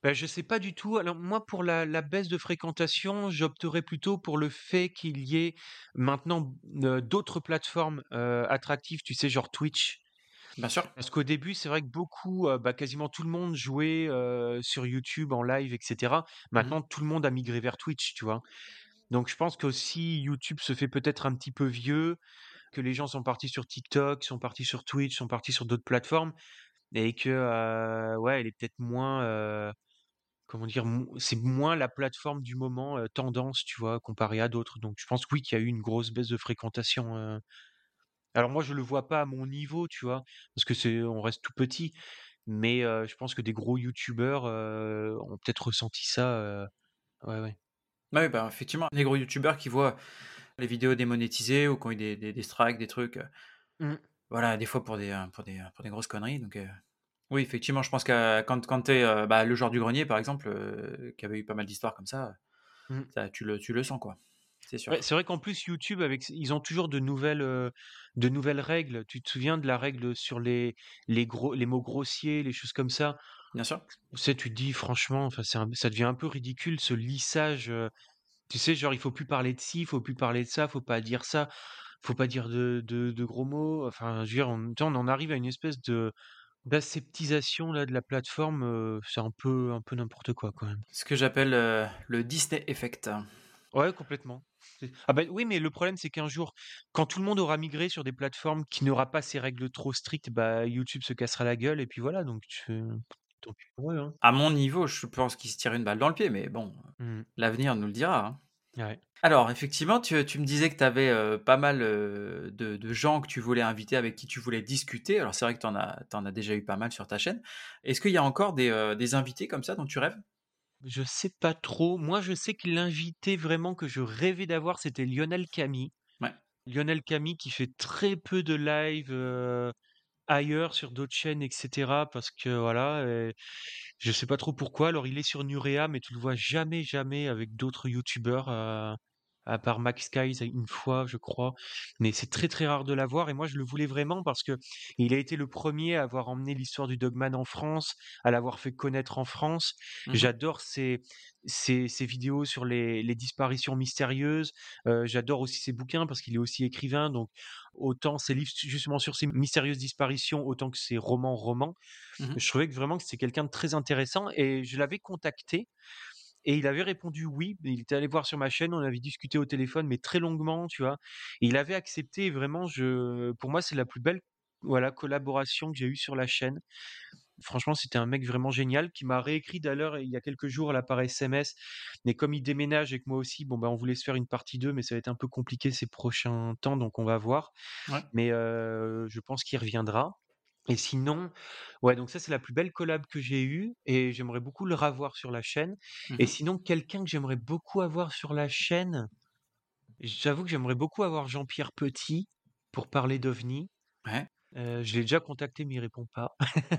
Bah, je sais pas du tout. Alors moi, pour la la baisse de fréquentation, j'opterais plutôt pour le fait qu'il y ait maintenant, heu, d'autres plateformes, heu, attractives, tu sais, genre Twitch. Bien sûr. Parce qu'au début, c'est vrai que beaucoup, heu, bah, quasiment tout le monde jouait, heu, sur YouTube en live et cetera. Mmh. Maintenant, tout le monde a migré vers Twitch, tu vois? Donc je pense qu'aussi YouTube se fait peut-être un petit peu vieux, que les gens sont partis sur TikTok, sont partis sur Twitch, sont partis sur d'autres plateformes et que, heu, ouais, elle est peut-être moins, heu, comment dire? Mo c'est moins la plateforme du moment, heu, tendance, tu vois? Comparé à d'autres. Donc je pense, oui, qu'il y a eu une grosse baisse de fréquentation, heu alors moi, je le vois pas à mon niveau, tu vois? Parce que c'est on reste tout petit, mais heu, je pense que des gros youtubeurs, heu, ont peut-être ressenti ça, heu, ouais, ouais. Bah, oui, bah, effectivement, les gros youtubeurs qui voient les vidéos démonétisées ou qui ont eu des des des strikes, des trucs, heu, Mmh. voilà, des fois pour des, heu, pour des, heu, pour des grosses conneries donc heu, oui, effectivement, je pense que quand quand tu es, bah, le joueur du grenier, par exemple, heu, qui avait eu pas mal d'histoires comme ça, Mmh. ça tu le tu le sens, quoi. C'est Ouais, sûr. c'est vrai qu'en plus YouTube avec s ils ont toujours de nouvelles, heu, de nouvelles règles. Tu te souviens de la règle sur les les gros les mots grossiers, les choses comme ça? Bien sûr. Tu sais, tu te dis franchement, enfin, c'est un ça devient un peu ridicule ce lissage, heu, tu sais, genre il faut plus parler de ci, il faut plus parler de ça, faut pas dire ça, faut pas dire de de de gros mots. Enfin, je veux dire, on tu sais, on en arrive à une espèce de d'aseptisation là de la plateforme, heu, c'est un peu un peu n'importe quoi quand même. Ce que j'appelle, heu, le Disney effect. Ouais, complètement. C'est ah bah, oui, mais le problème, c'est qu'un jour, quand tout le monde aura migré sur des plateformes qui n'aura pas ces règles trop strictes, bah, YouTube se cassera la gueule et puis voilà, donc tu tant pis pour eux, hein. À mon niveau, je pense qu'il se tire une balle dans le pied, mais bon, Mmh. l'avenir nous le dira, hein. Ouais. Alors effectivement, tu tu me disais que tu avais, pas mal, heu, de de gens que tu voulais inviter, avec qui tu voulais discuter. Alors c'est vrai que tu en as tu as déjà eu pas mal sur ta chaîne. Est-ce qu'il y a encore des, heu, des invités comme ça dont tu rêves? Je sais pas trop. Moi, je sais que l'invité vraiment que je rêvais d'avoir, c'était Lionel Cammy. Ouais. Lionel Cammy qui fait très peu de live, heu, ailleurs sur d'autres chaînes et cetera parce que voilà, heu, je sais pas trop pourquoi. Alors il est sur Nurea, mais tu le vois jamais, jamais avec d'autres youtubeurs, heu, à part Max Skies une fois, je crois. Mais c'est très, très rare de l'avoir et moi je le voulais vraiment parce que il a été le premier à avoir emmené l'histoire du Dogman en France, à l'avoir fait connaître en France. Mmh. J'adore ses ses ses vidéos sur les les disparitions mystérieuses, heu, j'adore aussi ses bouquins parce qu'il est aussi écrivain, donc autant ses livres justement sur ces mystérieuses disparitions, autant que ses romans romans. Mmh. Je trouvais que vraiment que c'était quelqu'un de très intéressant et je l'avais contacté et il avait répondu oui. Il était allé voir sur ma chaîne, on avait discuté au téléphone, mais très longuement, tu vois? Et il avait accepté et vraiment je pour moi, c'est la plus belle, voilà, collaboration que j'ai eue sur la chaîne. Franchement, c'était un mec vraiment génial qui m'a réécrit d'ailleurs il y a quelques jours là par S M S, mais comme il déménage et que moi aussi, bon, bah, on voulait se faire une partie deux, mais ça va être un peu compliqué ces prochains temps, donc on va voir. Ouais. Mais heu, je pense qu'il reviendra et sinon, ouais, donc ça, c'est la plus belle collab que j'ai eue et j'aimerais beaucoup le ravoir sur la chaîne et Mmh. sinon quelqu'un que j'aimerais beaucoup avoir sur la chaîne, j'avoue que j'aimerais beaucoup avoir Jean-Pierre Petit pour parler d'OVNI. Ouais. Heu, je l'ai déjà contacté mais il répond pas.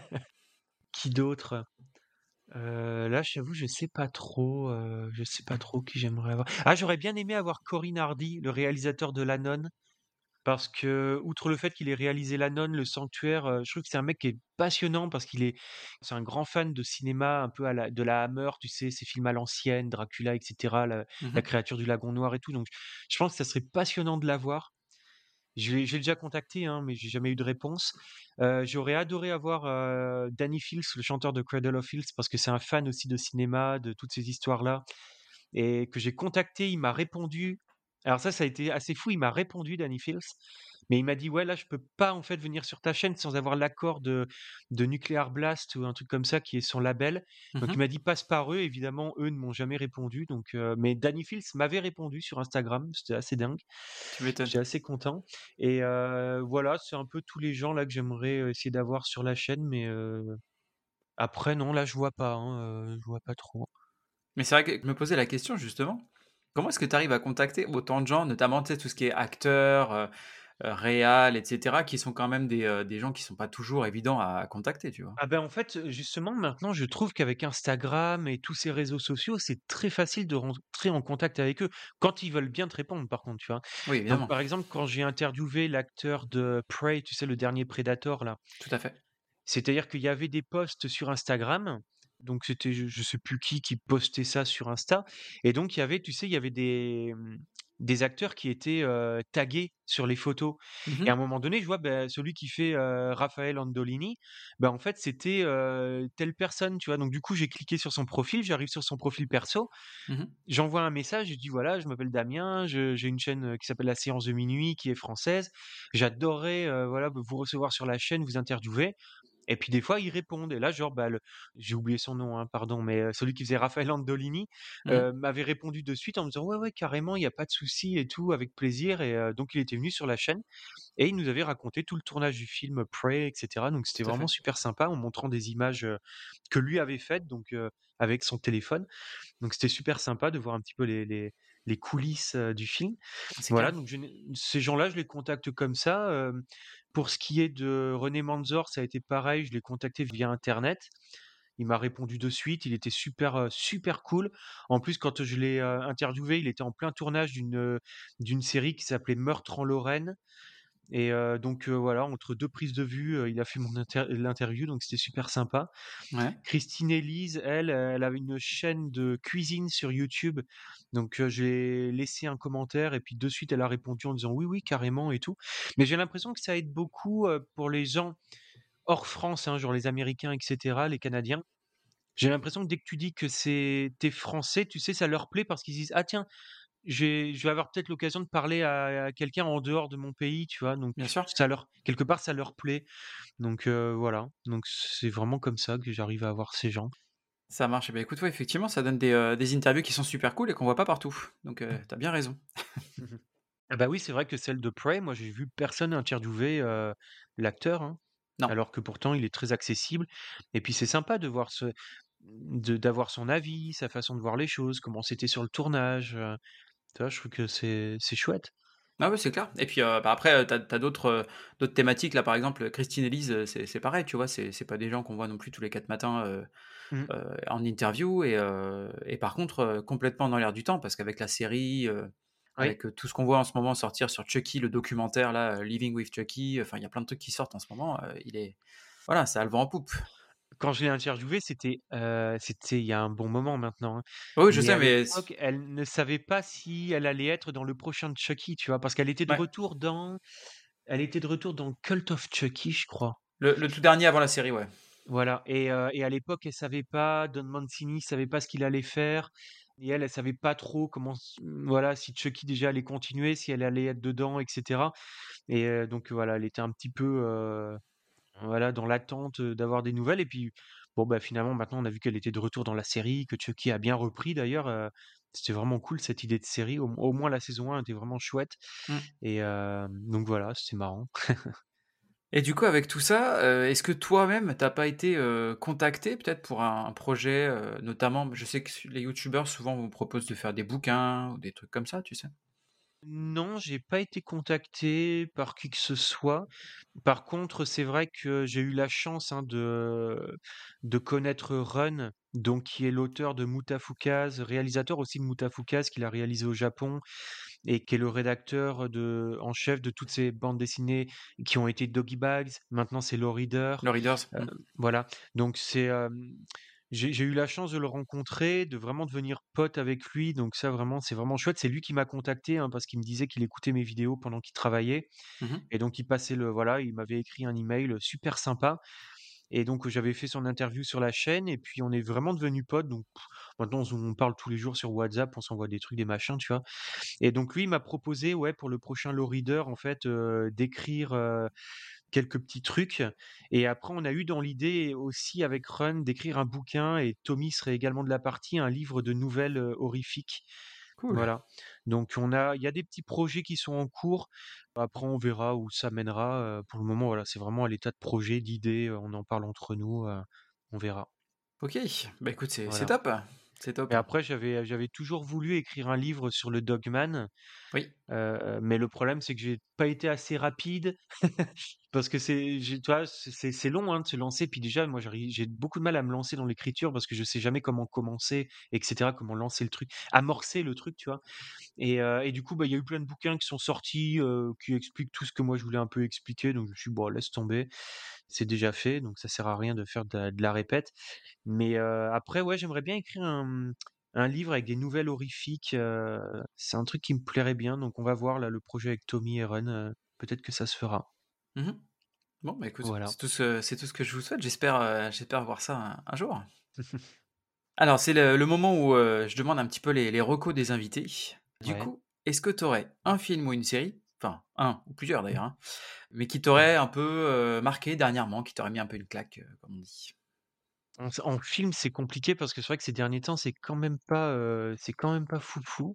Qui d'autre? Heu, là, je t'avoue, je sais pas trop, heu, je sais pas trop qui j'aimerais avoir. Ah, j'aurais bien aimé avoir Corinne Hardy, le réalisateur de La Nonne. Parce que, outre le fait qu'il ait réalisé La Nonne, Le Sanctuaire, heu, je trouve que c'est un mec qui est passionnant parce qu'il est c'est un grand fan de cinéma un peu à la de la Hammer, tu sais? Ces films à l'ancienne, Dracula et cetera, la la Mmh. créature du lagon noir et tout, donc je pense que ça serait passionnant de l'avoir. Je l'ai j'ai déjà contacté, hein, mais j'ai jamais eu de réponse. Heu, j'aurais adoré avoir, heu, Danny Fields, le chanteur de Cradle of Filth, parce que c'est un fan aussi de cinéma, de toutes ces histoires-là et que j'ai contacté, il m'a répondu. Alors ça, ça a été assez fou, il m'a répondu Danny Fields, mais il m'a dit: «Ouais, là, je peux pas, en fait, venir sur ta chaîne sans avoir l'accord de de Nuclear Blast» ou un truc comme ça, qui est son label. Donc il Mmh. m'a dit: «Passe par eux». Évidemment, eux ne m'ont jamais répondu, donc heu, mais Danny Fields m'avait répondu sur Instagram, c'était assez dingue. Tu m'étonnes. J'étais assez content et heu, voilà, c'est un peu tous les gens là que j'aimerais, heu, essayer d'avoir sur la chaîne, mais heu, après non, là, je vois pas, hein, heu, je vois pas trop. Mais c'est vrai que je me posais la question justement, comment est-ce que tu arrives à contacter autant de gens, notamment, tu sais, tout ce qui est acteurs, heu heu, réal et cetera, qui sont quand même des, heu, des gens qui sont pas toujours évidents à à contacter, tu vois? Ah ben, en fait, justement, maintenant, je trouve qu'avec Instagram et tous ces réseaux sociaux, c'est très facile de rentrer en contact avec eux, quand ils veulent bien te répondre, par contre, tu vois? Oui, Donc, évidemment, par exemple, quand j'ai interviewé l'acteur de Prey, tu sais, le dernier Predator, là, tout à fait. c'est-à-dire qu'il y avait des posts sur Instagram Donc c'était je je sais plus qui, qui postait ça sur Insta et donc il y avait, tu sais, il y avait des, mmh, des acteurs qui étaient, heu, tagués sur les photos Mmh et à mh. un moment donné, je vois, bah, celui qui fait, heu, Raphaël Andolini, bah, en fait, c'était, heu, telle personne, tu vois? Donc du coup, j'ai cliqué sur son profil, j'arrive sur son profil perso, Mmh mh. j'envoie un message, je dis: «Voilà, je m'appelle Damien, je j'ai une chaîne, heu, qui s'appelle La Séance de Minuit, qui est française. J'adorerais, heu, voilà, vous recevoir sur la chaîne, vous interviewer». Et puis des fois, ils répondent et là, genre, bah, le j'ai oublié son nom, hein, pardon, mais heu, celui qui faisait Raphaël Andolini, Mmh mh. heu, m'avait répondu de suite en me disant: «Ouais, ouais, carrément, il y a pas de souci et tout, avec plaisir» et heu, donc il était venu sur la chaîne et il nous avait raconté tout le tournage du film Prey et cetera. Donc c'était Tout à vraiment fait. super sympa en montrant des images, heu, que lui avait faites donc heu, avec son téléphone. Donc c'était super sympa de voir un petit peu les les les coulisses, heu, du film. C'est Voilà, clair. donc je n'ai ces gens-là, je les contacte comme ça, hem. Pour ce qui est de René Manzor, ça a été pareil, je l'ai contacté via internet. Il m'a répondu de suite, il était super, heu, super cool. En plus, quand je l'ai, heu, interviewé, il était en plein tournage d'une, heu, d'une série qui s'appelait Meurtre en Lorraine et heu, donc heu, voilà, entre deux prises de vue, heu, il a fait mon inter l'interview, donc c'était super sympa. Ouais. Christine Elise, elle, elle avait une chaîne de cuisine sur YouTube, donc heu, j'ai laissé un commentaire et puis de suite elle a répondu en disant: «Oui, oui, carrément» et tout. Mais j'ai l'impression que ça aide beaucoup, heu, pour les gens hors France, hein, genre les Américains et cetera, les Canadiens. J'ai l'impression que dès que tu dis que c'est tu es français, tu sais, ça leur plaît parce qu'ils disent: «Ah tiens, j'ai je vais avoir peut-être l'occasion de parler à à quelqu'un en dehors de mon pays», tu vois? Donc Bien sûr. ça leur quelque part, ça leur plaît. Donc heu, voilà, donc c'est vraiment comme ça que j'arrive à avoir ces gens. Ça marche. Eh beh, écoute, ouais, effectivement, ça donne des, heu, des interviews qui sont super cool et qu'on voit pas partout. Donc heu, tu as bien raison. Mmh. Ah bah, oui, c'est vrai que celle de Prey, moi, j'ai vu personne interviewer, heu, l'acteur, hein, Non. alors que pourtant il est très accessible et puis c'est sympa de voir ce de d'avoir son avis, sa façon de voir les choses, comment c'était sur le tournage, heu, tu vois? Je trouve que c'est c'est chouette. Ah ouais, c'est clair et puis, heu, bah, après, heu, tu as tu as d'autres, heu, d'autres thématiques là, par exemple, Christine Elise, heu, c'est c'est pareil, tu vois? C'est c'est pas des gens qu'on voit non plus tous les quatre matins, heu Mmh. heu, en interview et heu et par contre, heu, complètement dans l'air du temps parce qu'avec la série, heu, Oui. avec, heu, tout ce qu'on voit en ce moment sortir sur Chucky, le documentaire là, heu, Living with Chucky, enfin, il y a plein de trucs qui sortent en ce moment, heu, il est voilà, ça a le vent en poupe. Quand je l'ai interviewée, c'était, heu, c'était il y a un bon moment maintenant, hein, Oui, oui, je mais sais, à mais c l'époque, elle ne savait pas si elle allait être dans le prochain Chucky, tu vois? Parce qu'elle était de ouais, retour dans elle était de retour dans Cult of Chucky, je crois. le le tout dernier avant la série, ouais. Voilà et heu et à l'époque, elle savait pas, Don Mancini savait pas ce qu'il allait faire et elle, elle savait pas trop comment s voilà, si Chucky déjà allait continuer, si elle allait être dedans et cetera et heu, donc voilà, elle était un petit peu, heu, voilà, dans l'attente, heu, d'avoir des nouvelles et puis, bon, bah, finalement, maintenant, on a vu qu'elle était de retour dans la série, que Chucky a bien repris d'ailleurs, heu, c'était vraiment cool cette idée de série, au au moins la saison un était vraiment chouette Mmh. et hem, donc voilà, c'était marrant. Et du coup, avec tout ça, heu, est-ce que toi-même, tu as pas été, heu, contacté peut-être pour un un projet, heu, notamment, je sais que s les youtubeurs souvent vous proposent de faire des bouquins ou des trucs comme ça, tu sais? Non, j'ai pas été contacté par qui que ce soit. Par contre, c'est vrai que j'ai eu la chance, hein, de de connaître Run, donc qui est l'auteur de Mutafukaz, réalisateur aussi de Mutafukaz qu'il a réalisé au Japon et qui est le rédacteur de en chef de toutes ces bandes dessinées qui ont été Doggy Bags, maintenant c'est Low Reader, Le Readers? heu, Mmh. voilà. Donc c'est, hem, j'ai j'ai eu la chance de le rencontrer, de vraiment devenir pote avec lui, donc ça vraiment, c'est vraiment chouette. C'est lui qui m'a contacté, hein, parce qu'il me disait qu'il écoutait mes vidéos pendant qu'il travaillait Mmh mh. et donc il passait le voilà, il m'avait écrit un email, heu, super sympa et donc j'avais fait son interview sur la chaîne et puis on est vraiment devenus potes donc pff, maintenant on se on parle tous les jours sur WhatsApp, on s'envoie des trucs, des machins, tu vois? Et donc lui, il m'a proposé, ouais, pour le prochain Low Reader, en fait, heu, d'écrire, heu, quelques petits trucs et après on a eu dans l'idée aussi avec Run d'écrire un bouquin et Tommy serait également de la partie, un livre de nouvelles, heu, horrifiques. Cool. Voilà. Donc on a il y a des petits projets qui sont en cours. Après on verra où ça mènera, heu, pour le moment, voilà, c'est vraiment à l'état de projet, d'idée, heu, on en parle entre nous, heu, on verra. OK. Bah, écoute, c'est c'est Voilà. top, c'est Et top. après j'avais, j'avais toujours voulu écrire un livre sur le Dogman, Oui. heu, mais le problème c'est que j'ai pas été assez rapide. Parce que c'est j'ai tu vois, c'est c'est c'est long, hein, de se lancer. Puis déjà, moi, j'arrive j'ai beaucoup de mal à me lancer dans l'écriture parce que je sais jamais comment commencer et cetera, comment lancer le truc, amorcer le truc, tu vois? Et heu et du coup, bah, il y a eu plein de bouquins qui sont sortis, heu, qui expliquent tout ce que moi je voulais un peu expliquer, donc je me suis dit: «Bon, laisse tomber, c'est déjà fait, donc ça sert à rien de faire de la de la répète». Mais heu, après, ouais, j'aimerais bien écrire un, mmh, un livre avec des nouvelles horrifiques, heu, c'est un truc qui me plairait bien, donc on va voir là le projet avec Tommy Eren, heu, peut-être que ça se fera. Mmh. Bon, bah, écoute, Voilà. c'est tout ce c'est tout ce que je vous souhaite. J'espère, heu, j'espère voir ça un un jour. Alors, c'est le le moment où, heu, je demande un petit peu les les recos des invités. Du Ouais. coup, est-ce que tu aurais un film ou une série, enfin un ou plusieurs d'ailleurs, hein, mais qui t'aurait un peu, heu, marqué dernièrement, qui t'aurait mis un peu une claque, heu, comme on dit? En en film, c'est compliqué parce que c'est vrai que ces derniers temps, c'est quand même pas, heu, c'est quand même pas foufou.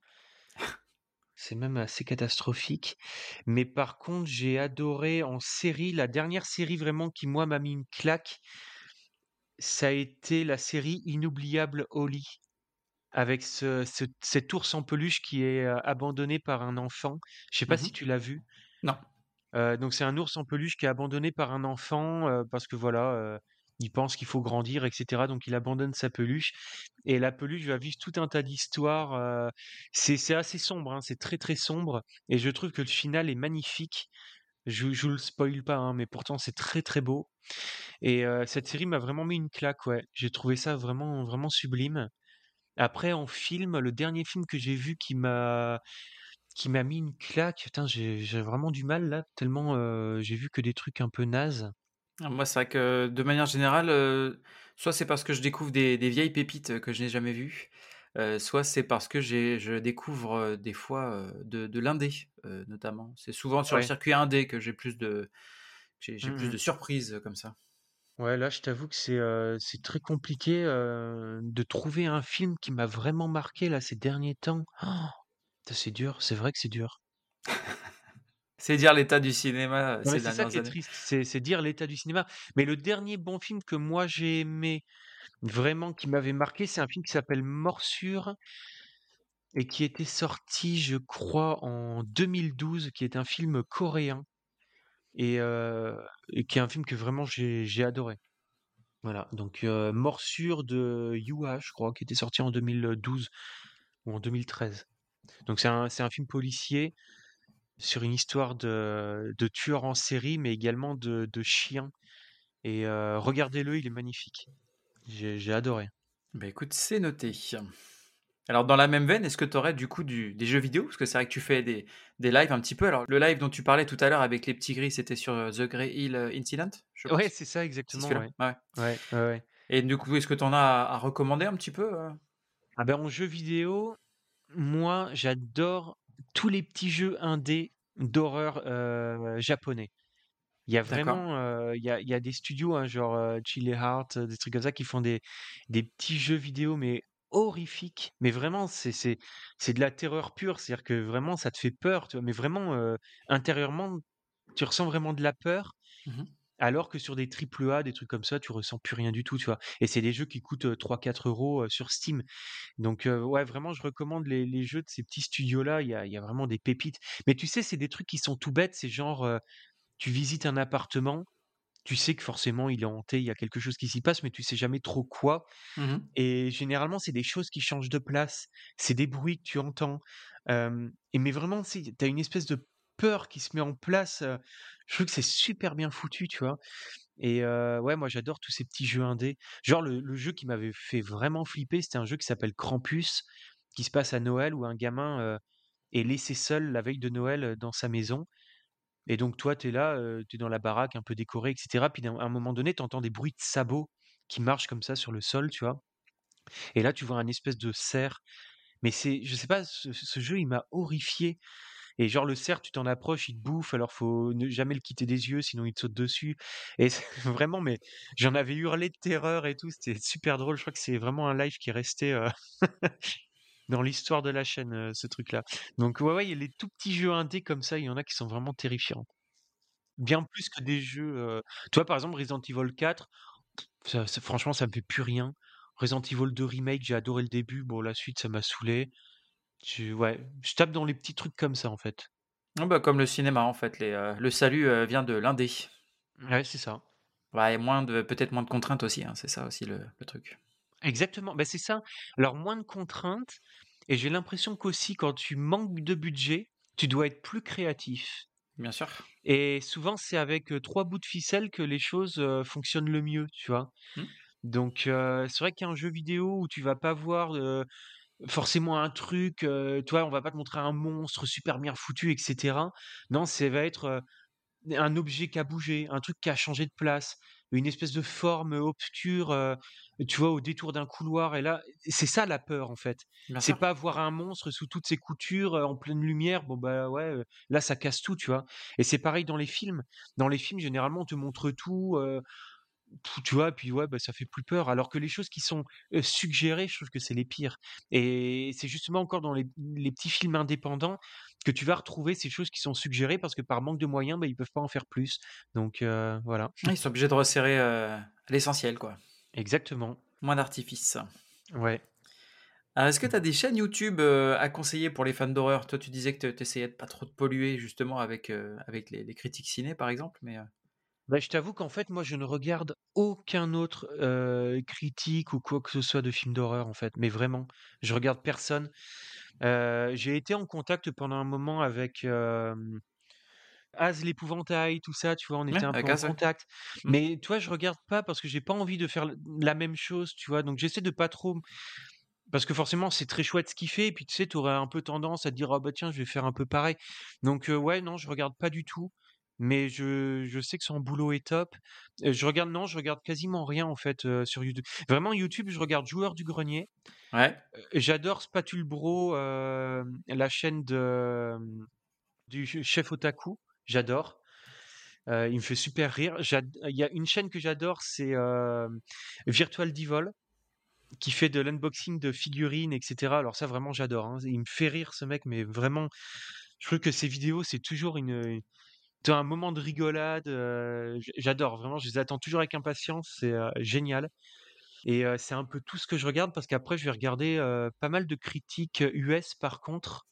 C'est même assez catastrophique. Mais par contre, j'ai adoré en série, la dernière série vraiment qui, moi, m'a mis une claque, ça a été la série Inoubliable Holly, avec ce ce cet ours en peluche qui est, heu, abandonné par un enfant. Je sais pas Mmh. si tu l'as vu? Non. Heu, donc c'est un ours en peluche qui est abandonné par un enfant, heu, parce que voilà, heu, il pense qu'il faut grandir et cetera, donc il abandonne sa peluche et la peluche va vivre tout un tas d'histoires, heu, c'est c'est assez sombre, hein, c'est très, très sombre et je trouve que le final est magnifique. Je je vous le spoil pas, hein, mais pourtant c'est très, très beau et heu, cette série m'a vraiment mis une claque, ouais. J'ai trouvé ça vraiment, vraiment sublime. Après en film, le dernier film que j'ai vu qui m'a qui m'a mis une claque, putain, j'ai j'ai vraiment du mal là, tellement, heu, j'ai vu que des trucs un peu nazes. Ah, moi, c'est vrai que de manière générale, heu, soit c'est parce que je découvre des des vieilles pépites, heu, que je n'ai jamais vues, heu, soit c'est parce que j'ai je découvre, heu, des fois, heu, de de l'indé, heu, notamment. C'est souvent sur le Ouais. circuit indé que j'ai plus de j'ai j'ai Mmh plus mh. de surprises, heu, comme ça. Ouais, là, je t'avoue que c'est, heu, c'est très compliqué, heu, de trouver un film qui m'a vraiment marqué là ces derniers temps. Ça c'est dur, c'est vrai que c'est dur. C'est dire l'état du cinéma, heu, Non, mais ces c'est ça dernières qui est années. triste, c'est c'est dire l'état du cinéma. Mais le dernier bon film que moi j'ai aimé, vraiment qui m'avait marqué, c'est un film qui s'appelle Morsure et qui était sorti, je crois, en deux mille douze, qui est un film coréen et heu et qui est un film que vraiment j'ai j'ai adoré. Voilà, donc heu, Morsure de Yue, je crois, qui était sorti en deux mille douze ou en deux mille treize. Donc c'est un c'est un film policier sur une histoire de de tueur en série, mais également de de chien et heu, regardez-le, il est magnifique. J'ai j'ai adoré. Bah, écoute, c'est noté. Alors dans la même veine, est-ce que tu aurais du coup du des jeux vidéo? Parce que c'est vrai que tu fais des des lives un petit peu. Alors le live dont tu parlais tout à l'heure avec les petits gris, c'était sur, heu, The Grey Hill, heu, Incident, je Ouais, pense? c'est ça C'est exactement, celui-là? ouais. Ouais. Ouais, ouais, ouais. Et du coup, est-ce que tu en as à à recommander un petit peu, heu? Ah ben, en jeu vidéo, moi, j'adore tous les petits jeux indés d'horreur, heu, japonais. Il y a D'accord. vraiment, heu, il y a il y a des studios, hein, genre, heu, Chile Heart, heu, des trucs comme ça qui font des des petits jeux vidéo, mais horrifiques. Mais vraiment, c'est c'est c'est de la terreur pure. C'est-à-dire que vraiment ça te fait peur, tu vois? Mais vraiment, heu, intérieurement, tu ressens vraiment de la peur, Mmh. alors que sur des triple A, des trucs comme ça, tu ressens plus rien du tout, tu vois? Et c'est des jeux qui coûtent, heu, trois quatre euros €, heu, sur Steam. Donc heu, ouais, vraiment, je recommande les les jeux de ces petits studios-là. Il y a il y a vraiment des pépites. Mais tu sais, c'est des trucs qui sont tout bêtes. C'est genre, heu, tu visites un appartement, tu sais que forcément il est hanté, il y a quelque chose qui s'y passe, mais tu sais jamais trop quoi Mmh. et généralement, c'est des choses qui changent de place, c'est des bruits que tu entends, hem et mais vraiment, tu sais, tu as une espèce de peur qui se met en place, heu, je trouve que c'est super bien foutu, tu vois? Et heu, ouais, moi j'adore tous ces petits jeux indés. Genre le le jeu qui m'avait fait vraiment flipper, c'était un jeu qui s'appelle Krampus, qui se passe à Noël où un gamin, heu, est laissé seul la veille de Noël, heu, dans sa maison et donc toi, tu es là, heu, tu es dans la baraque un peu décorée et cetera. Puis d'un à un moment donné, tu entends des bruits de sabots qui marchent comme ça sur le sol, tu vois? Et là, tu vois un espèce de cerf, mais c'est je sais pas, ce ce jeu, il m'a horrifié et genre le cerf, tu t'en approches, il te bouffe, alors faut ne jamais le quitter des yeux, sinon il te saute dessus et c'est vraiment mais j'en avais hurlé de terreur et tout, c'était super drôle. Je crois que c'est vraiment un live qui est resté, heu, dans l'histoire de la chaîne, heu, ce truc-là. Donc ouais, ouais, il y a les tout petits jeux indés comme ça, il y en a qui sont vraiment terrifiants. Bien plus que des jeux, heu, tu vois, par exemple, Resident Evil quatre, ça ça franchement, ça me fait plus rien. Resident Evil deux Remake, j'ai adoré le début, bon la suite, ça m'a saoulé. Tu ouais, je tape dans les petits trucs comme ça, en fait. Ah bah, comme le cinéma en fait, les, heu, le salut, heu, vient de l'indé. Ouais, c'est ça. Ouais et moins de peut-être moins de contraintes aussi, hein, c'est ça aussi le le truc. Exactement, bah, c'est ça. Alors moins de contraintes et j'ai l'impression qu'aussi quand tu manques de budget, tu dois être plus créatif Bien sûr. et souvent c'est avec, heu, trois bouts de ficelle que les choses, heu, fonctionnent le mieux, tu vois? Mmh. Donc heu, c'est vrai qu'un jeu vidéo où tu vas pas voir, heu, forcément un truc, heu, tu vois? On va pas te montrer un monstre super bien foutu et cetera. Non, ça va être, heu, un objet qui a bougé, un truc qui a changé de place, une espèce de forme, obscure, heu, tu vois? Au détour d'un couloir et là, c'est ça la peur, en fait. Bien C'est sûr. pas voir un monstre sous toutes ses coutures, heu, en pleine lumière, bon bah, ouais, heu, là ça casse tout, tu vois? Et c'est pareil dans les films. Dans les films, généralement, on te montre tout, heu, Pou tu vois? Puis ouais, bah, ça fait plus peur. Alors que les choses qui sont, heu, suggérées, je trouve que c'est les pires et c'est justement encore dans les les petits films indépendants que tu vas retrouver ces choses qui sont suggérées parce que par manque de moyens, bah, ils peuvent pas en faire plus. Donc heu, voilà. Ouais, ils sont obligés de resserrer, heu, à l'essentiel quoi. Exactement. Moins d'artifice. Ouais. Alors est-ce que tu as des chaînes YouTube, heu, à conseiller pour les fans d'horreur? Toi, tu disais que tu essayais de pas trop te polluer justement avec, heu, avec les les critiques ciné par exemple, mais, heu Bah, je t'avoue qu'en fait, moi, je ne regarde aucun autre, heu, critique ou quoi que ce soit de film d'horreur, en fait, mais vraiment. Je regarde personne. Heu, j'ai été en contact pendant un moment avec, hem Az l'épouvantail, tout ça, tu vois? On était ouais, un peu avec en Az, ouais. contact. Mmh. Mais tu vois, je regarde pas parce que j'ai pas envie de faire l la même chose, tu vois? Donc j'essaie de pas trop parce que forcément, c'est très chouette ce qu'il fait et puis tu sais, tu aurais un peu tendance à te dire: «Ah bah tiens, je vais faire un peu pareil». Donc heu, ouais, non, je regarde pas du tout, mais je je sais que son boulot est top. Heu, je regarde non, je regarde quasiment rien en fait, heu, sur YouTube. Vraiment YouTube, je regarde Joueur du Grenier. Ouais. Heu, j'adore Spatule Bro, hem, la chaîne de, hem, du ch chef otaku, j'adore. Heu, il me fait super rire. J'ad il y a une chaîne que j'adore, c'est, hem, Virtual Divol, qui fait de l'unboxing de figurines et cetera. Alors ça vraiment j'adore, hein. Il me fait rire ce mec, mais vraiment, je trouve que ses vidéos, c'est toujours une, heu, tu un moment de rigolade, heu, j j'adore vraiment, je les attends toujours avec impatience, c'est, heu, génial et heu, c'est un peu tout ce que je regarde parce qu'après je vais regarder, heu, pas mal de critiques, U S par contre,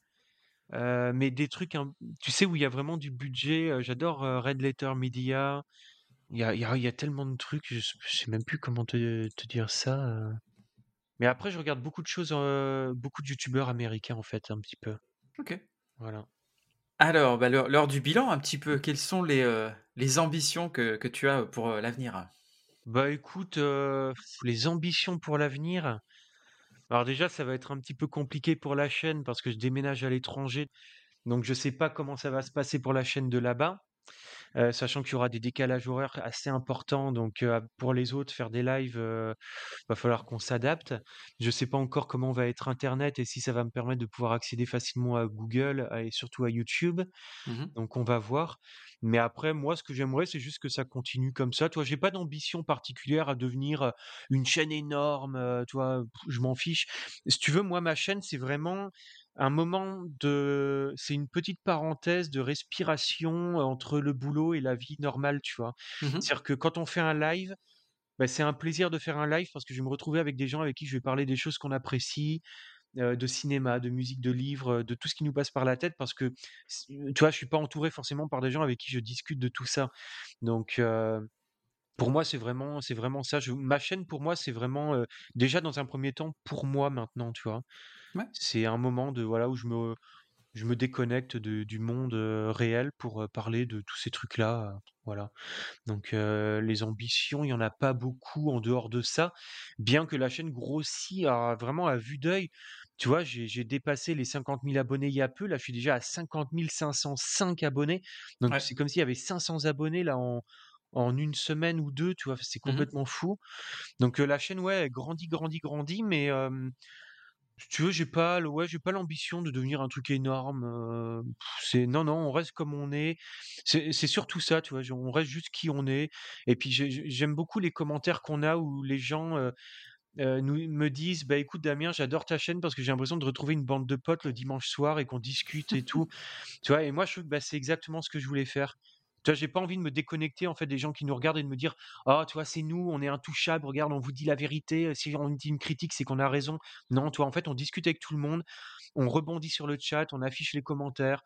heu, mais des trucs un tu sais où il y a vraiment du budget, heu, j'adore, heu, Red Letter Media. Il y a il y a il y a tellement de trucs, je s je sais même plus comment te te dire ça, heu, mais après je regarde beaucoup de choses, heu, beaucoup de youtubeurs américains en fait, un petit peu, OK. voilà. Alors, bah, l'heure l'heure du bilan un petit peu. Quelles sont les, heu, les ambitions que que tu as pour, heu, l'avenir? Bah, écoute, heu, les ambitions pour l'avenir, alors déjà ça va être un petit peu compliqué pour la chaîne parce que je déménage à l'étranger, donc je sais pas comment ça va se passer pour la chaîne de là-bas. Heu, sachant qu'il y aura des décalages horaires assez importants donc heu, pour les autres faire des lives, heu, va falloir qu'on s'adapte. Je sais pas encore comment va être internet et si ça va me permettre de pouvoir accéder facilement à Google, à et surtout à YouTube, Mmh mh. donc on va voir. Mais après moi ce que j'aimerais c'est juste que ça continue comme ça, tu vois? J'ai pas d'ambition particulière à devenir, heu, une chaîne énorme, heu, tu vois? Je m'en fiche. Si tu veux, moi ma chaîne c'est vraiment un moment de c'est une petite parenthèse de respiration entre le boulot et la vie normale, tu vois? Mmh. C'est-à-dire que quand on fait un live, bah, c'est un plaisir de faire un live parce que je vais me retrouver avec des gens avec qui je vais parler des choses qu'on apprécie, heu, de cinéma, de musique, de livres, de tout ce qui nous passe par la tête parce que s tu vois, je suis pas entouré forcément par des gens avec qui je discute de tout ça. Donc heu, pour moi, c'est vraiment c'est vraiment ça. Je ma chaîne pour moi, c'est vraiment, heu, déjà dans un premier temps pour moi maintenant, tu vois? Ouais. C'est un moment de voilà où je me je me déconnecte de du monde, heu, réel pour, heu, parler de tous ces trucs-là, heu, voilà. Donc heu, les ambitions, il y en a pas beaucoup en dehors de ça, bien que la chaîne grossit à vraiment à vue d'œil. Tu vois, j'ai j'ai dépassé les cinquante mille abonnés il y a peu, là je suis déjà à cinquante mille cinq cent cinq abonnés. Donc Ouais. c'est comme s'il y avait cinq cents abonnés là en en une semaine ou deux, tu vois? C'est Mmh mh. complètement fou. Donc heu, la chaîne, ouais, elle grandit, grandit, grandit, mais hem si tu veux, j'ai pas le ouais, j'ai pas l'ambition de devenir un truc énorme, heu, c'est non, non, on reste comme on est. C'est c'est surtout ça, tu vois? Genre, on reste juste qui on est et puis j'ai j'ai j'aime beaucoup les commentaires qu'on a où les gens, heu heu, nous me disent: «Bah, écoute Damien, j'adore ta chaîne parce que j'ai l'impression de retrouver une bande de potes le dimanche soir et qu'on discute et tout». Tu vois? Et moi, je trouve que, bah, c'est exactement ce que je voulais faire. Tu vois? J'ai pas envie de me déconnecter, en fait, des gens qui nous regardent et de me dire: «Ah, tu vois, c'est nous, on est intouchables, regarde, on vous dit la vérité, heu, si on dit une critique, c'est qu'on a raison». Non, tu vois? En fait, on discute avec tout le monde, on rebondit sur le chat, on affiche les commentaires.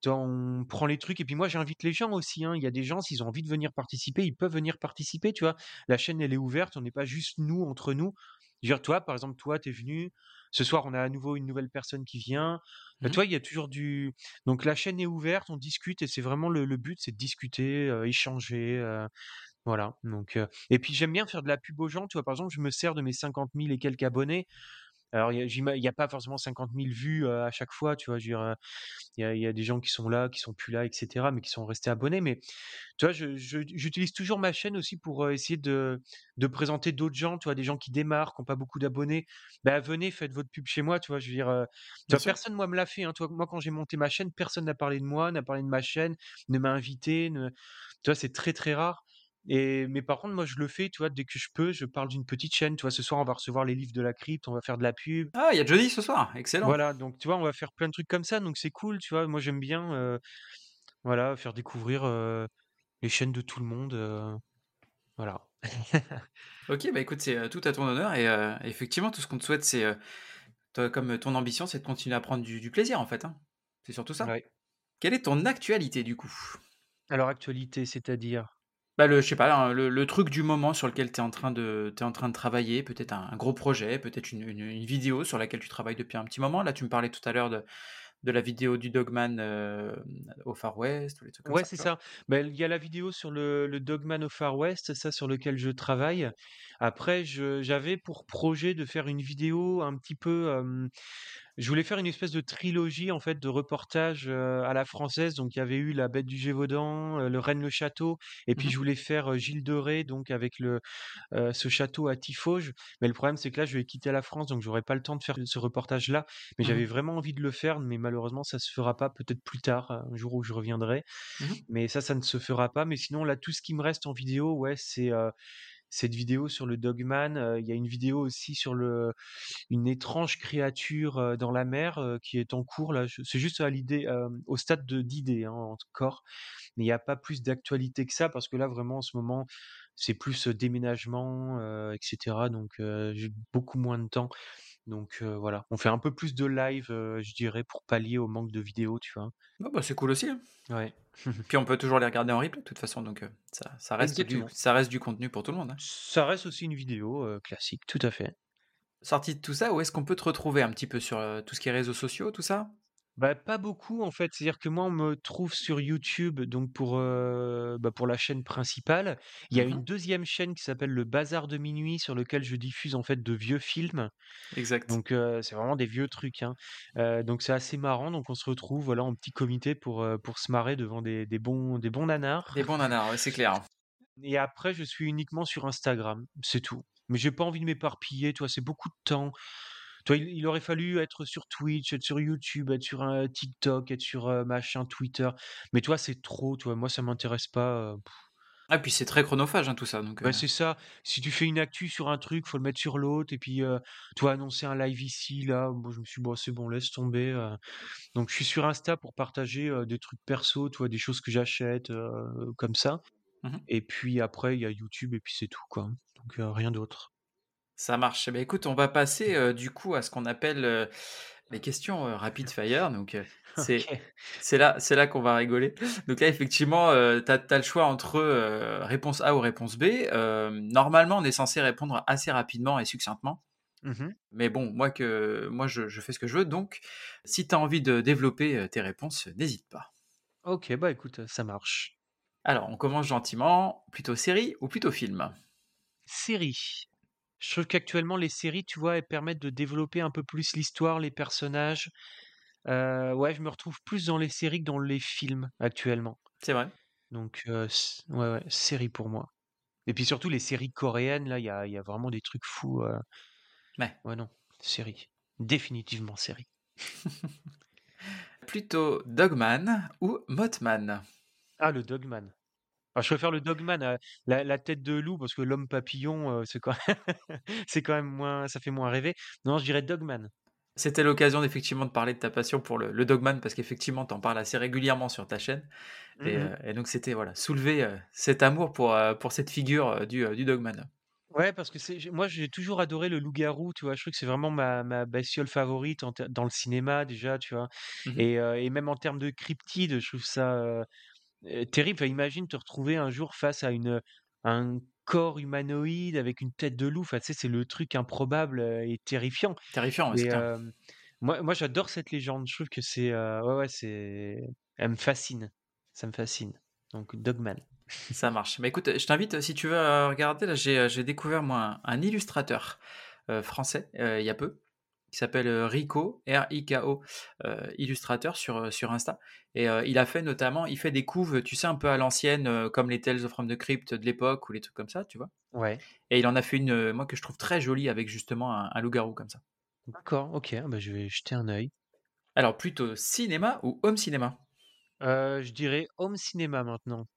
Tu vois, on prend les trucs et puis moi j'invite les gens aussi, hein. Il y a des gens, s'ils ont envie de venir participer, ils peuvent venir participer, tu vois? La chaîne, elle est ouverte, on n'est pas juste nous, entre nous. Je veux dire, toi, par exemple, toi, tu es venu. Ce soir, on a à nouveau une nouvelle personne qui vient. Bah, Mmh. tu vois, il y a toujours du donc la chaîne est ouverte, on discute et c'est vraiment le le but, c'est de discuter, heu, échanger, heu, voilà. Donc heu et puis j'aime bien faire de la pub aux gens, tu vois? Par exemple, je me sers de mes cinquante mille et quelques abonnés. Alors il y a j'ima il y a pas forcément cinquante mille vues, heu, à chaque fois, tu vois? Je veux dire, heu, il y a il y a des gens qui sont là, qui sont plus là et cetera, mais qui sont restés abonnés. Mais tu vois, je je j'utilise toujours ma chaîne aussi pour, heu, essayer de de présenter d'autres gens, tu vois? Des gens qui démarrent, qui ont pas beaucoup d'abonnés. Bah, venez, faites votre pub chez moi, tu vois? Je veux dire, heu, tu Bien vois? sûr. Personne, moi, me l'a fait, hein, tu vois? Moi, quand j'ai monté ma chaîne, personne n'a parlé de moi, n'a parlé de ma chaîne, ne m'a invité, ne tu vois? C'est très, très rare et mais par contre, moi, je le fais, tu vois? Dès que je peux, je parle d'une petite chaîne, tu vois? Ce soir, on va recevoir les livres de la crypte, on va faire de la pub. Ah, il y a Johnny ce soir, excellent. Voilà, donc tu vois, on va faire plein de trucs comme ça, donc c'est cool, tu vois? Moi, j'aime bien, heu, voilà, faire découvrir, heu, les chaînes de tout le monde, heu, voilà. OK, bah, écoute, c'est, heu, tout à ton honneur et heu, effectivement, tout ce qu'on te souhaite, c'est, heu, toi, comme ton ambition, c'est de continuer à prendre du du plaisir, en fait, hein. C'est surtout ça. Ouais. Quelle est ton actualité, du coup? Alors actualité, c'est-à-dire? Bah, le je sais pas, hein, le le truc du moment sur lequel tu es en train de tu en train de travailler, peut-être un un gros projet, peut-être une une une vidéo sur laquelle tu travailles depuis un petit moment. Là, tu me parlais tout à l'heure de de la vidéo du Dogman, hem, au Far West ou les trucs comme Ouais, ça, c'est tu vois? ça. Bah, il y a la vidéo sur le le Dogman au Far West, ça sur lequel je travaille. Après, je j'avais pour projet de faire une vidéo un petit peu, hem, je voulais faire une espèce de trilogie en fait de reportages, heu, à la française. Donc il y avait eu La Bête du Gévaudan, heu, Le Règne le Château et puis Mmh. je voulais faire, heu, Gilles de Ré donc avec le heu, ce château à Tiffauges. Mais le problème, c'est que là, je vais quitter la France, donc j'aurai pas le temps de faire ce reportage-là. Mais Mmh j'avais mh. vraiment envie de le faire, mais malheureusement, ça se fera pas, peut-être plus tard, un jour où je reviendrai. Mmh. Mais ça, ça ne se fera pas. Mais sinon, là, tout ce qui me reste en vidéo, ouais, c'est, heu, cette vidéo sur le Dogman. Heu, il y a une vidéo aussi sur le une étrange créature, heu, dans la mer, heu, qui est en cours là. Je c'est juste à l'idée, hem, au stade de d'idée, hein, encore. Mais il y a pas plus d'actualité que ça parce que là, vraiment, en ce moment, c'est plus, heu, déménagement, heu, et cetera. Donc, heu, j'ai beaucoup moins de temps. Donc, heu, voilà. On fait un peu plus de live, heu, je dirais, pour pallier au manque de vidéos, tu vois? Ah bah, c'est cool aussi, hein. Ouais. Puis on peut toujours les regarder en replay de toute façon, donc heu, ça ça reste du Exactement. ça reste du contenu pour tout le monde, hein. Ça reste aussi une vidéo, heu, classique, tout à fait. Sorti de tout ça, où est-ce qu'on peut te retrouver un petit peu sur, heu, tout ce qui est réseaux sociaux, tout ça? Bah, pas beaucoup en fait, c'est-à-dire que moi on me trouve sur YouTube donc pour, heu, bah, pour la chaîne principale. Il y a Mmh. une deuxième chaîne qui s'appelle Le Bazar de minuit sur lequel je diffuse en fait de vieux films. Exact. Donc, heu, c'est vraiment des vieux trucs, hein. Heu, donc c'est assez marrant, donc on se retrouve voilà en petit comité pour, heu, pour se marrer devant des des bons des bons nanars. Des bons nanars, ouais, c'est clair. Et après je suis uniquement sur Instagram, c'est tout. Mais j'ai pas envie de m'éparpiller, tu vois? C'est beaucoup de temps. Tu vois, il il aurait fallu être sur Twitch, être sur YouTube, être sur, heu, TikTok, être sur, heu, machin, Twitter. Mais toi, c'est trop, tu vois? Moi, ça m'intéresse pas, heu, Ah, puis c'est très chronophage, hein, tout ça, donc heu, bah, c'est ça. Si tu fais une actu sur un truc, faut le mettre sur l'autre et puis, heu, tu vois, annoncer un live ici, là. Moi, je me suis dit: «Bon, c'est bon, laisse tomber», heu. Donc je suis sur Insta pour partager, heu, des trucs perso, tu vois? Des choses que j'achète, heu, comme ça. mmh Et puis après, il y a YouTube et puis c'est tout, quoi. Donc, heu, rien d'autre. ça marche. Eh beh, écoute, on va passer, heu, du coup, à ce qu'on appelle, heu, les questions, heu, rapid fire, donc heu, c'est OK. c'est là c'est là qu'on va rigoler. Donc là, effectivement, heu, tu as le choix entre, heu, réponse A ou réponse B. Hem, normalement, on est censé répondre assez rapidement et succinctement, Mmh. mais bon, moi que moi, je je fais ce que je veux, donc si tu as envie de développer, heu, tes réponses, n'hésite pas. OK, bah, écoute, ça marche. Alors, on commence gentiment, plutôt série ou plutôt film? Série. Je trouve qu'actuellement, les séries, tu vois, elles permettent de développer un peu plus l'histoire, les personnages. Heu, ouais, je me retrouve plus dans les séries que dans les films actuellement. C'est vrai? Donc, heu, s ouais, ouais, série pour moi. Et puis surtout les séries coréennes, là, il y a il y a vraiment des trucs fous, heu, Ouais. ouais, non, série. Définitivement série. Plutôt Dogman ou Mothman? Ah, le Dogman. Ah, je préfère le Dogman à la la tête de loup parce que l'homme papillon, heu, c'est quand c'est quand même moins ça fait moins rêver. Non, je dirais Dogman. C'était l'occasion effectivement de parler de ta passion pour le le Dogman parce qu'effectivement tu en parles assez régulièrement sur ta chaîne Mmh et mh. heu et donc c'était voilà, soulever, heu, cet amour pour, heu, pour cette figure, heu, du, heu, du Dogman. Ouais, parce que c'est j'ai moi, j'ai toujours adoré le loup-garou, tu vois? Je trouve que c'est vraiment ma ma bestiole favorite en ter dans le cinéma déjà, tu vois? Mmh. Et heu et même en termes de cryptide, je trouve ça, heu heu, terrible. Enfin, imagine te retrouver un jour face à une, un corps humanoïde avec une tête de loup. Enfin, tu sais, c'est le truc improbable, heu et terrifiant. Terrifiant, ouais, c'est Et clair. hem, moi moi, j'adore cette légende. Je trouve que c'est, heu, ouais, ouais, c'est elle me fascine. Ça me fascine. Donc Dogman. Ça marche. Bah, écoute, je t'invite, si tu veux, à regarder, là, j'ai, heu, j'ai découvert moi un un illustrateur, heu, français, heu, il y a peu, qui s'appelle, heu, Rico, R I K O, heu, illustrateur sur, heu, sur Insta et heu, il a fait notamment il fait des couves, tu sais, un peu à l'ancienne, heu, comme les Tales from the Crypt de l'époque ou les trucs comme ça, tu vois? Ouais, Et il en a fait une, heu, moi, que je trouve très jolie avec justement un un loup-garou comme ça. d'accord, OK. Ah bah, je vais jeter un œil. Alors plutôt cinéma ou home cinéma? Heu, je dirais home cinéma maintenant.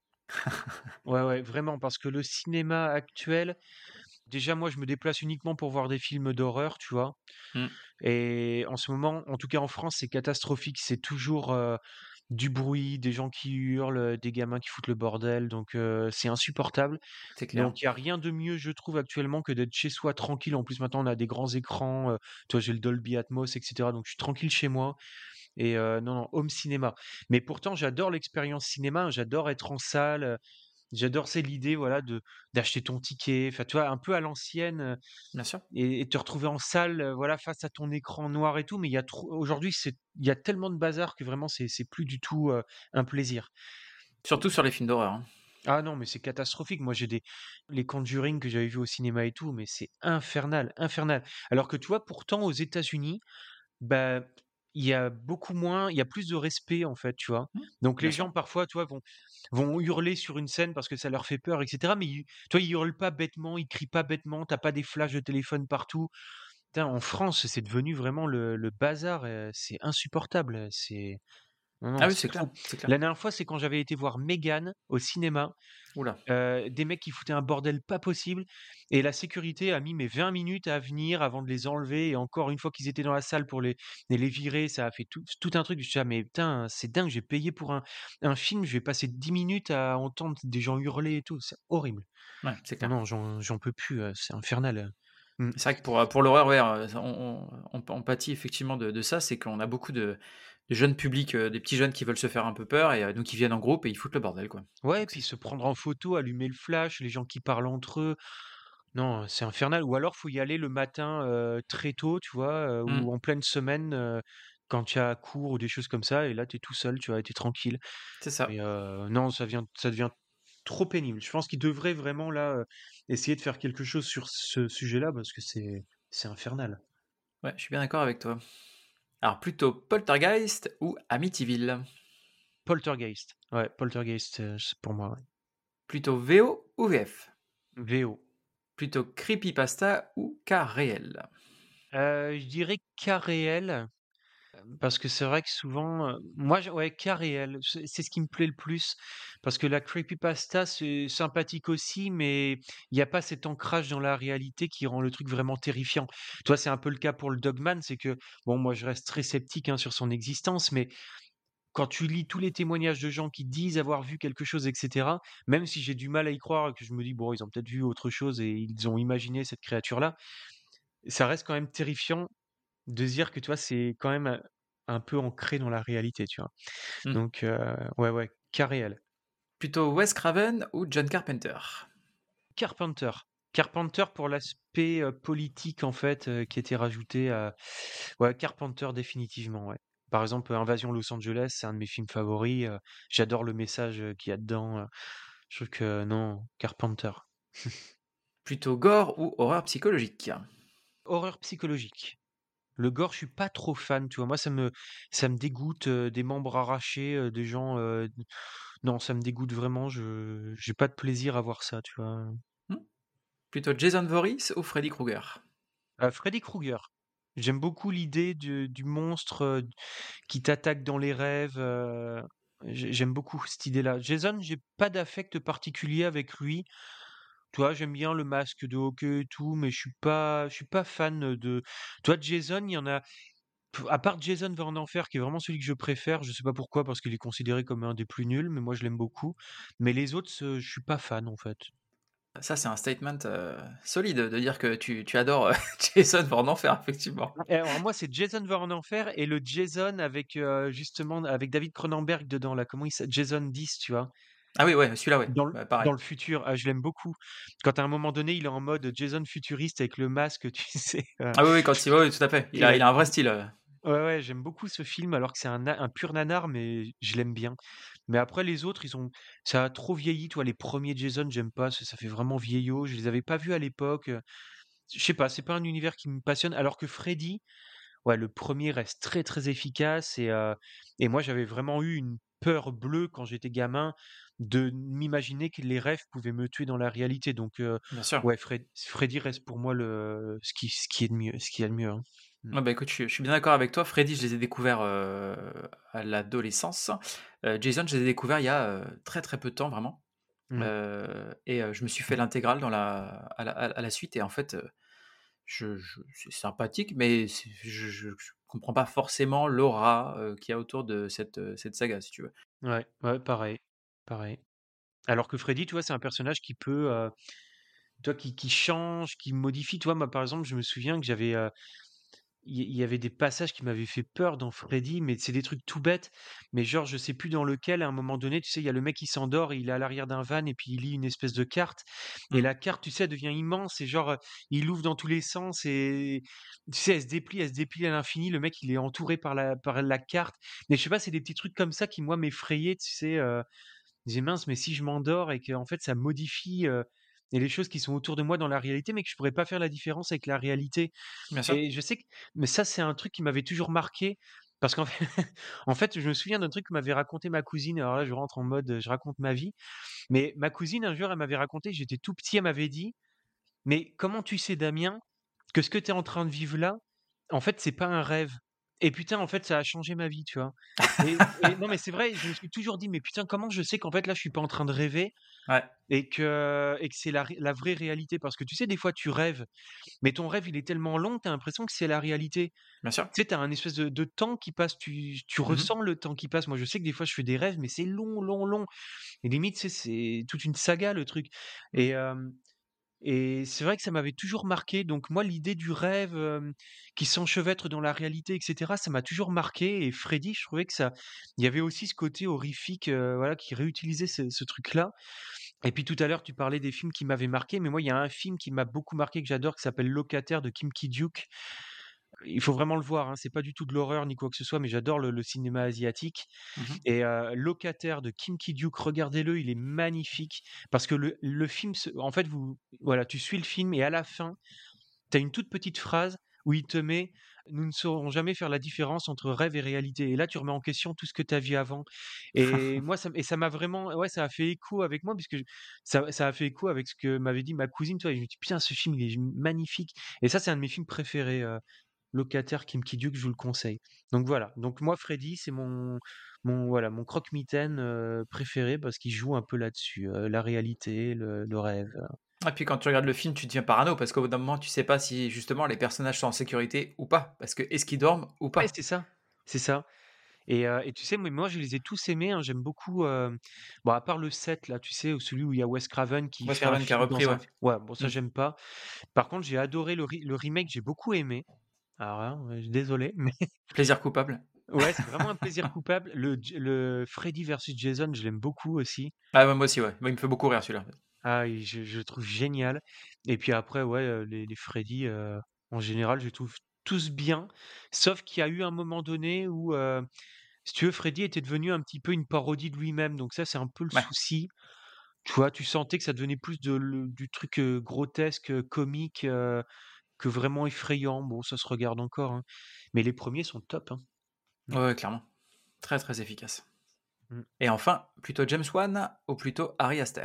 Ouais, ouais, vraiment parce que le cinéma actuel, déjà moi je me déplace uniquement pour voir des films d'horreur, tu vois? Mmh, Et en ce moment, en tout cas en France, c'est catastrophique. C'est toujours, heu, du bruit, des gens qui hurlent, heu, des gamins qui foutent le bordel, donc heu, c'est insupportable. c'est clair. Donc il y a rien de mieux, je trouve, actuellement que d'être chez soi tranquille. En plus, maintenant on a des grands écrans, heu, tu vois? J'ai le Dolby Atmos et cetera, donc je suis tranquille chez moi. Et heu, non, non, home cinéma. Mais pourtant j'adore l'expérience cinéma, hein, j'adore être en salle, heu, j'adore, c'est l'idée, voilà, de d'acheter ton ticket, enfin, tu vois, un peu à l'ancienne, heu Bien sûr. et et te retrouver en salle, heu, voilà, face à ton écran noir et tout. Mais il y a trop aujourd'hui, c'est il y a tellement de bazar que vraiment c'est c'est plus du tout, heu, un plaisir. Surtout sur les films d'horreur, hein. Ah non, mais c'est catastrophique. Moi, j'ai des les Conjuring que j'avais vus au cinéma et tout, mais c'est infernal, infernal. Alors que tu vois, pourtant aux États-Unis, bah, il y a beaucoup moins il y a plus de respect, en fait, tu vois? Mmh, Donc bien les sûr. gens parfois, tu vois, vont vont hurler sur une scène parce que ça leur fait peur et cetera, mais ils tu vois, ils hurlent pas bêtement, ils crient pas bêtement, t'as pas des flashs de téléphone partout. Putain, en France, c'est devenu vraiment le le bazar, heu, c'est insupportable, c'est non, Ah non, oui, c'est c'est clair, trop. c'est clair. La dernière fois, c'est quand j'avais été voir Megan au cinéma. Ouh là. Heu, des mecs qui foutaient un bordel pas possible et la sécurité a mis mais vingt minutes à venir avant de les enlever et encore une fois qu'ils étaient dans la salle pour les les les virer, ça a fait tout tout un truc. Je suis: «Ah mais putain, c'est dingue, j'ai payé pour un un film, je vais passer dix minutes à entendre des gens hurler et tout, c'est horrible». Ouais, c'est Non, clair. non, j'en j'en peux plus, heu, c'est infernal, heu. Mmh. C'est vrai que pour, heu, pour l'horreur, ouais, heu, on on on on pâtit effectivement de de ça, c'est qu'on a beaucoup de de jeunes publics, heu, des petits jeunes qui veulent se faire un peu peur et heu, donc ils viennent en groupe et ils foutent le bordel, quoi. Ouais, Donc c'est puis se prendre en photo, allumer le flash, les gens qui parlent entre eux. Non, c'est infernal ou alors faut y aller le matin, heu, très tôt, tu vois? Heu, mmh, ou en pleine semaine, heu, quand il y a cours ou des choses comme ça et là, tu es tout seul, tu vois? Tu es tranquille. c'est ça. Mais heu, non, ça vient ça devient trop pénible. Je pense qu'ils devraient vraiment là, heu, essayer de faire quelque chose sur ce sujet-là parce que c'est c'est infernal. Ouais, je suis bien d'accord avec toi. Alors plutôt Poltergeist ou Amityville? Poltergeist, ouais, Poltergeist, heu, c'est pour moi, ouais. Plutôt V O ou V F? V O. Plutôt creepypasta ou cas réel? Heu, je dirais cas réel. Parce que c'est vrai que souvent, heu, moi je ouais, cas réel, c'est c'est ce qui me plaît le plus parce que la creepypasta, c'est sympathique aussi, mais il y a pas cet ancrage dans la réalité qui rend le truc vraiment terrifiant. Toi, c'est un peu le cas pour le Dogman, c'est que bon, moi je reste très sceptique, hein, sur son existence, mais quand tu lis tous les témoignages de gens qui disent avoir vu quelque chose et cetera, même si j'ai du mal à y croire et que je me dis: «Bon, ils ont peut-être vu autre chose et ils ont imaginé cette créature-là», ça reste quand même terrifiant de se dire que, tu vois, c'est quand même, heu, un peu ancré dans la réalité, tu vois? Mmh. Donc heu, ouais, ouais, cas réel. Plutôt Wes Craven ou John Carpenter? Carpenter. Carpenter pour l'aspect, heu, politique, en fait, heu, qui était rajouté à ouais, Carpenter définitivement, ouais. Par exemple, Invasion Los Angeles, c'est un de mes films favoris, heu, j'adore le message, heu, qu'il y a dedans, heu, je trouve que non, Carpenter. Plutôt gore ou horreur psychologique? Horreur psychologique. Le gore, je suis pas trop fan, tu vois? Moi, ça me ça me dégoûte, heu, des membres arrachés, heu, des gens, heu, non, ça me dégoûte vraiment, je j'ai pas de plaisir à voir ça, tu vois? Mmh. Plutôt Jason Voorhees ou Freddy Krueger? Heu, Freddy Krueger. J'aime beaucoup l'idée du du monstre, heu, qui t'attaque dans les rêves, heu, j'ai j'aime beaucoup cette idée-là. Jason, j'ai pas d'affect particulier avec lui. Tu vois, j'aime bien le masque de hockey et tout, mais je suis pas je suis pas fan, de tu vois, Jason, il y en a P à part Jason va en enfer, qui est vraiment celui que je préfère, je sais pas pourquoi, parce qu'il est considéré comme un des plus nuls, mais moi je l'aime beaucoup. Mais les autres, ce je suis pas fan, en fait. Ça, c'est un statement, heu, solide de dire que tu tu adores, heu, Jason Van Enfer, effectivement. Et alors moi, c'est Jason va en enfer et le Jason avec, heu, justement avec David Cronenberg dedans là, comment il s'a Jason dix, tu vois? Ah oui, ouais, celui-là, ouais, Dans le bah, pareil. dans le futur, ah je l'aime beaucoup. Quand à un moment donné, il est en mode Jason futuriste avec le masque, tu sais, heu Ah oui, oui, quand il ouais, oui, tout à fait. Il et a heu, il a un vrai style, heu. ouais, ouais, j'aime beaucoup ce film alors que c'est un na un pur nanar, mais je l'aime bien. Mais après les autres, ils ont ça a trop vieilli, tu vois? Les premiers Jason, j'aime pas, ça ça fait vraiment vieillot, je les avais pas vus à l'époque, heu, je sais pas, c'est pas un univers qui me passionne alors que Freddy, ouais, le premier reste très, très efficace et heu et moi, j'avais vraiment eu une peur bleue quand j'étais gamin de m'imaginer que les rêves pouvaient me tuer dans la réalité donc heu, Bien sûr. ouais, Fred Freddy reste pour moi le ce qui ce qui est de mieux ce qu'il y a de mieux, hein. Mmh. Ouais, bah, écoute, je suis je suis bien d'accord avec toi. Freddy, je les ai découverts, heu, à l'adolescence. Heu, Jason, je les ai découverts il y a, heu, très, très peu de temps, vraiment. Mmh. Heu et heu, je me suis fait l'intégrale dans la à la à à la suite et en fait, heu, je je c'est sympathique, mais c'est je je je comprends pas forcément l'aura, heu, qu'il y a autour de cette, heu, cette saga, si tu veux. Ouais, ouais, pareil, pareil. Alors que Freddy, tu vois, c'est un personnage qui peut, heu, tu vois, qui qui change, qui modifie. Tu vois, moi, par exemple, je me souviens que j'avais, heu Il y il y avait des passages qui m'avaient fait peur dans Freddy, mais c'est des trucs tout bêtes, mais genre, je sais plus dans lequel, à un moment donné, tu sais, il y a le mec qui s'endort, il est à l'arrière d'un van et puis il lit une espèce de carte et Mmh. la carte, tu sais, elle devient immense et genre, heu, il l'ouvre dans tous les sens et tu sais, elle se déplie, elle se déplie à l'infini. Le mec, il est entouré par la par la carte, mais je sais pas, c'est des petits trucs comme ça qui, moi, m'effrayaient, tu sais, heu, je disais: «Mince, mais si je m'endors et qu'en fait ça modifie, heu, et les choses qui sont autour de moi dans la réalité, mais que je pourrais pas faire la différence avec la réalité». Bien sûr. Et je sais que mais ça, c'est un truc qui m'avait toujours marqué parce qu'en fait en fait, je me souviens d'un truc que m'avait raconté ma cousine. Alors là, je rentre en mode, heu, je raconte ma vie. Mais ma cousine, un jour, elle m'avait raconté, j'étais tout petit, elle m'avait dit: «Mais comment tu sais, Damien, que ce que tu es en train de vivre là, en fait, c'est pas un rêve?» Et putain, en fait, ça a changé ma vie, tu vois? Et et non, mais c'est vrai, je me suis toujours dit: «Mais putain, comment je sais qu'en fait, là, je suis pas en train de rêver Ouais, et que et que c'est la ré la vraie réalité?» Parce que tu sais, des fois, tu rêves, mais ton rêve, il est tellement long, tu as l'impression que c'est la réalité. bien sûr. Tu sais, tu as un espèce de de temps qui passe, tu tu Mmh mh. ressens le temps qui passe. Moi, je sais que des fois, je fais des rêves, mais c'est long, long, long et limite, tu sais, c'est toute une saga, le truc et hem et c'est vrai que ça m'avait toujours marqué. Donc moi, l'idée du rêve, hem, qui s'enchevêtre dans la réalité et cetera, ça m'a toujours marqué et Freddy, je trouvais que ça il y avait aussi ce côté horrifique, heu, voilà, qui réutilisait ce ce truc-là et puis tout à l'heure, tu parlais des films qui m'avaient marqué, mais moi, il y a un film qui m'a beaucoup marqué, que j'adore, qui s'appelle Locataire de Kim Ki-duk. Il faut vraiment le voir, hein, c'est pas du tout de l'horreur ni quoi que ce soit, mais j'adore le le cinéma asiatique Mmh. et heu, Locataire de Kim Ki-duk, regardez-le, il est magnifique parce que le le film se en fait, vous voilà, tu suis le film et à la fin, tu as une toute petite phrase où il te met: «Nous ne saurons jamais faire la différence entre rêve et réalité» et là, tu remets en question tout ce que tu as vu avant et moi, ça m et ça m'a vraiment ouais, ça a fait écho avec moi puisque je ça ça a fait écho avec ce que m'avait dit ma cousine, tu vois? Et je me dis: «Putain, ce film, il est magnifique» et ça, c'est un de mes films préférés, heu Locataire Kim Ki-duk, je vous le conseille. Donc voilà, donc moi Freddy, c'est mon mon voilà, mon croque-mitaine, heu, préféré parce qu'il joue un peu là-dessus, heu, la réalité, le le rêve, heu. Et puis quand tu regardes le film, tu deviens parano parce qu'au bout d'un moment, tu sais pas si justement les personnages sont en sécurité ou pas. Parce que est-ce qu'ils dorment ou Ouais, pas? c'est ça, c'est ça et heu et tu sais, mais moi je les ai tous aimés, hein. J'aime beaucoup, hem, bon à part le sept là, tu sais, où celui où il y a Wes Craven qui Wes fait un Craven qui a film repris, dans un ouais. f ouais, bon ça Mmh. j'aime pas. Par contre, j'ai adoré le re le remake, j'ai beaucoup aimé. Alors là, ouais, désolé, mais Plaisir coupable. ouais, c'est vraiment un plaisir coupable. Le J le Freddy versus Jason, je l'aime beaucoup aussi. Ah ouais, moi aussi, ouais. Moi, il me fait beaucoup rire celui-là. Ah oui, je je le trouve génial et puis après, ouais, heu, les les Freddy, heu, en général, je les trouve tous bien, sauf qu'il y a eu un moment donné où, heu, si tu veux, Freddy était devenu un petit peu une parodie de lui-même, donc ça, c'est un peu le Ouais. souci. Tu vois, tu sentais que ça devenait plus de le du truc, heu, grotesque, heu, comique, heu, que vraiment effrayant. Bon, ça se regarde encore, hein, mais les premiers sont top, hein. Mmh, Ouais, ouais, clairement. Très, très efficace. mmh. Et enfin, plutôt James Wan ou plutôt Ari Aster?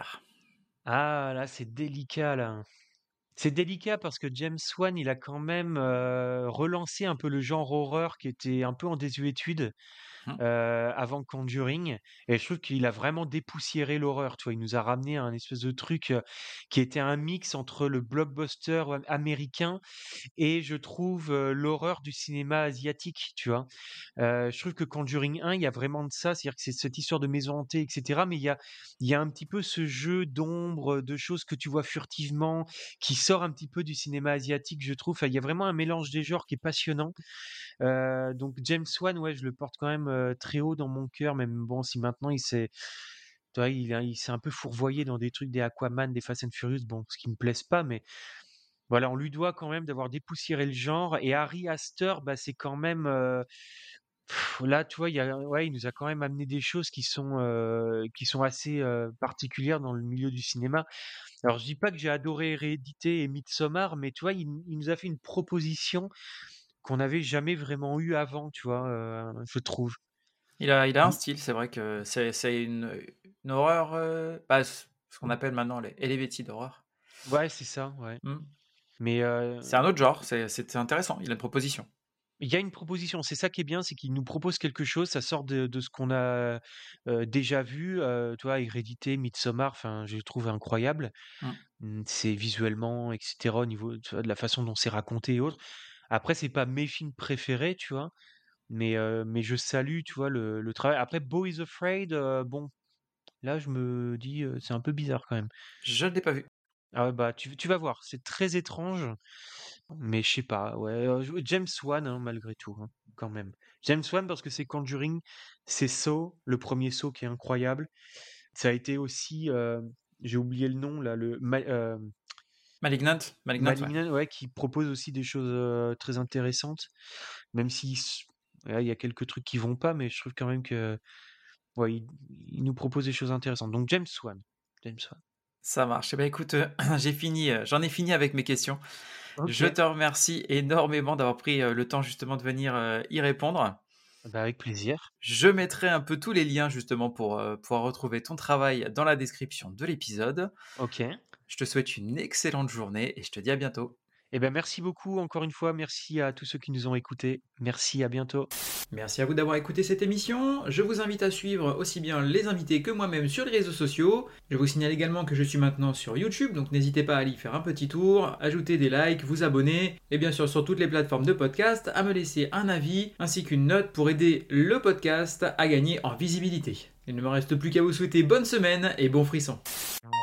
Ah là, c'est délicat là. C'est délicat parce que James Wan, il a quand même, heu, relancé un peu le genre horreur qui était un peu en désuétude. Mmh. heu, avant Conjuring et je trouve qu'il a vraiment dépoussiéré l'horreur, tu vois? Il nous a ramené à un espèce de truc, heu, qui était un mix entre le blockbuster, am américain et je trouve, heu, l'horreur du cinéma asiatique, tu vois? Heu, je trouve que Conjuring un, il y a vraiment de ça, c'est-à-dire que c'est cette histoire de maison hantée et cetera, mais il y a il y a un petit peu ce jeu d'ombre, de choses que tu vois furtivement, qui sort un petit peu du cinéma asiatique, je trouve. Enfin, il y a vraiment un mélange des genres qui est passionnant. Heu, donc James Wan, ouais, je le porte quand même, heu, très haut dans mon cœur, même bon, si maintenant il s'est tu vois, il a il s'est un peu fourvoyé dans des trucs, des Aquaman, des Fast and Furious, bon, ce qui me plaisent pas, mais voilà, on lui doit quand même d'avoir dépoussiéré le genre et Ari Aster, bah, c'est quand même, heu, là, tu vois, il y a ouais, il nous a quand même amené des choses qui sont, heu, qui sont assez, heu, particulières dans le milieu du cinéma. Alors je dis pas que j'ai adoré Hérédité et Midsommar, mais tu vois, il il nous a fait une proposition qu'on n'avait jamais vraiment eue avant, tu vois, heu, je trouve. Il a il a un Mmh. style, c'est vrai que c'est c'est une, une horreur, heu, bah, ce ce qu'on appelle maintenant les elevated horror. Ouais, c'est ça, ouais. Mmh. Mais, heu, C'est un autre genre, c'est c'est intéressant, il a une proposition. il y a une proposition, c'est ça qui est bien, c'est qu'il nous propose quelque chose, ça sort de de ce qu'on a, heu, déjà vu, heu, tu vois? Hérédité, Midsommar, enfin, je le trouve incroyable. Mmh. Mmh, c'est visuellement et cetera, au niveau, tu vois, de la façon dont c'est raconté et autres. Après, c'est pas mes films préférés, tu vois? Mais, heu, mais je salue, tu vois, le le travail. Après, Beau is Afraid, heu, bon, là, je me dis, heu, c'est un peu bizarre quand même. Je ne l'ai pas vu. Ah ouais, bah, tu tu vas voir, c'est très étrange, mais je sais pas, ouais, heu, je James Wan, hein, malgré tout, hein, quand même. James Wan parce que c'est Conjuring, c'est Saw, le premier Saw qui est incroyable. Ça a été aussi, heu, j'ai oublié le nom là, le ma hem, Malignant? Malignant, ouais. Malignant, ouais, qui propose aussi des choses, heu, très intéressantes, même si s ouais, il y a quelques trucs qui vont pas, mais je trouve quand même que, ouais, il il nous propose des choses intéressantes. Donc James Wan, James Wan. Ça marche. Eh bah, écoute, heu, j'ai fini, heu, j'en ai fini avec mes questions. Je OK, te remercie énormément d'avoir pris, heu, le temps justement de venir, heu, y répondre. bah, avec plaisir. Je mettrai un peu tous les liens justement pour, heu, pouvoir retrouver ton travail dans la description de l'épisode. OK. Je te souhaite une excellente journée et je te dis à bientôt. Eh ben, merci beaucoup encore une fois. Merci à tous ceux qui nous ont écoutés. Merci, à bientôt. Merci à vous d'avoir écouté cette émission. Je vous invite à suivre aussi bien les invités que moi-même sur les réseaux sociaux. Je vous signale également que je suis maintenant sur YouTube, donc n'hésitez pas à aller y faire un petit tour, ajouter des likes, vous abonner, et bien sûr sur toutes les plateformes de podcast, à me laisser un avis ainsi qu'une note pour aider le podcast à gagner en visibilité. Il ne me reste plus qu'à vous souhaiter bonne semaine et bon frisson.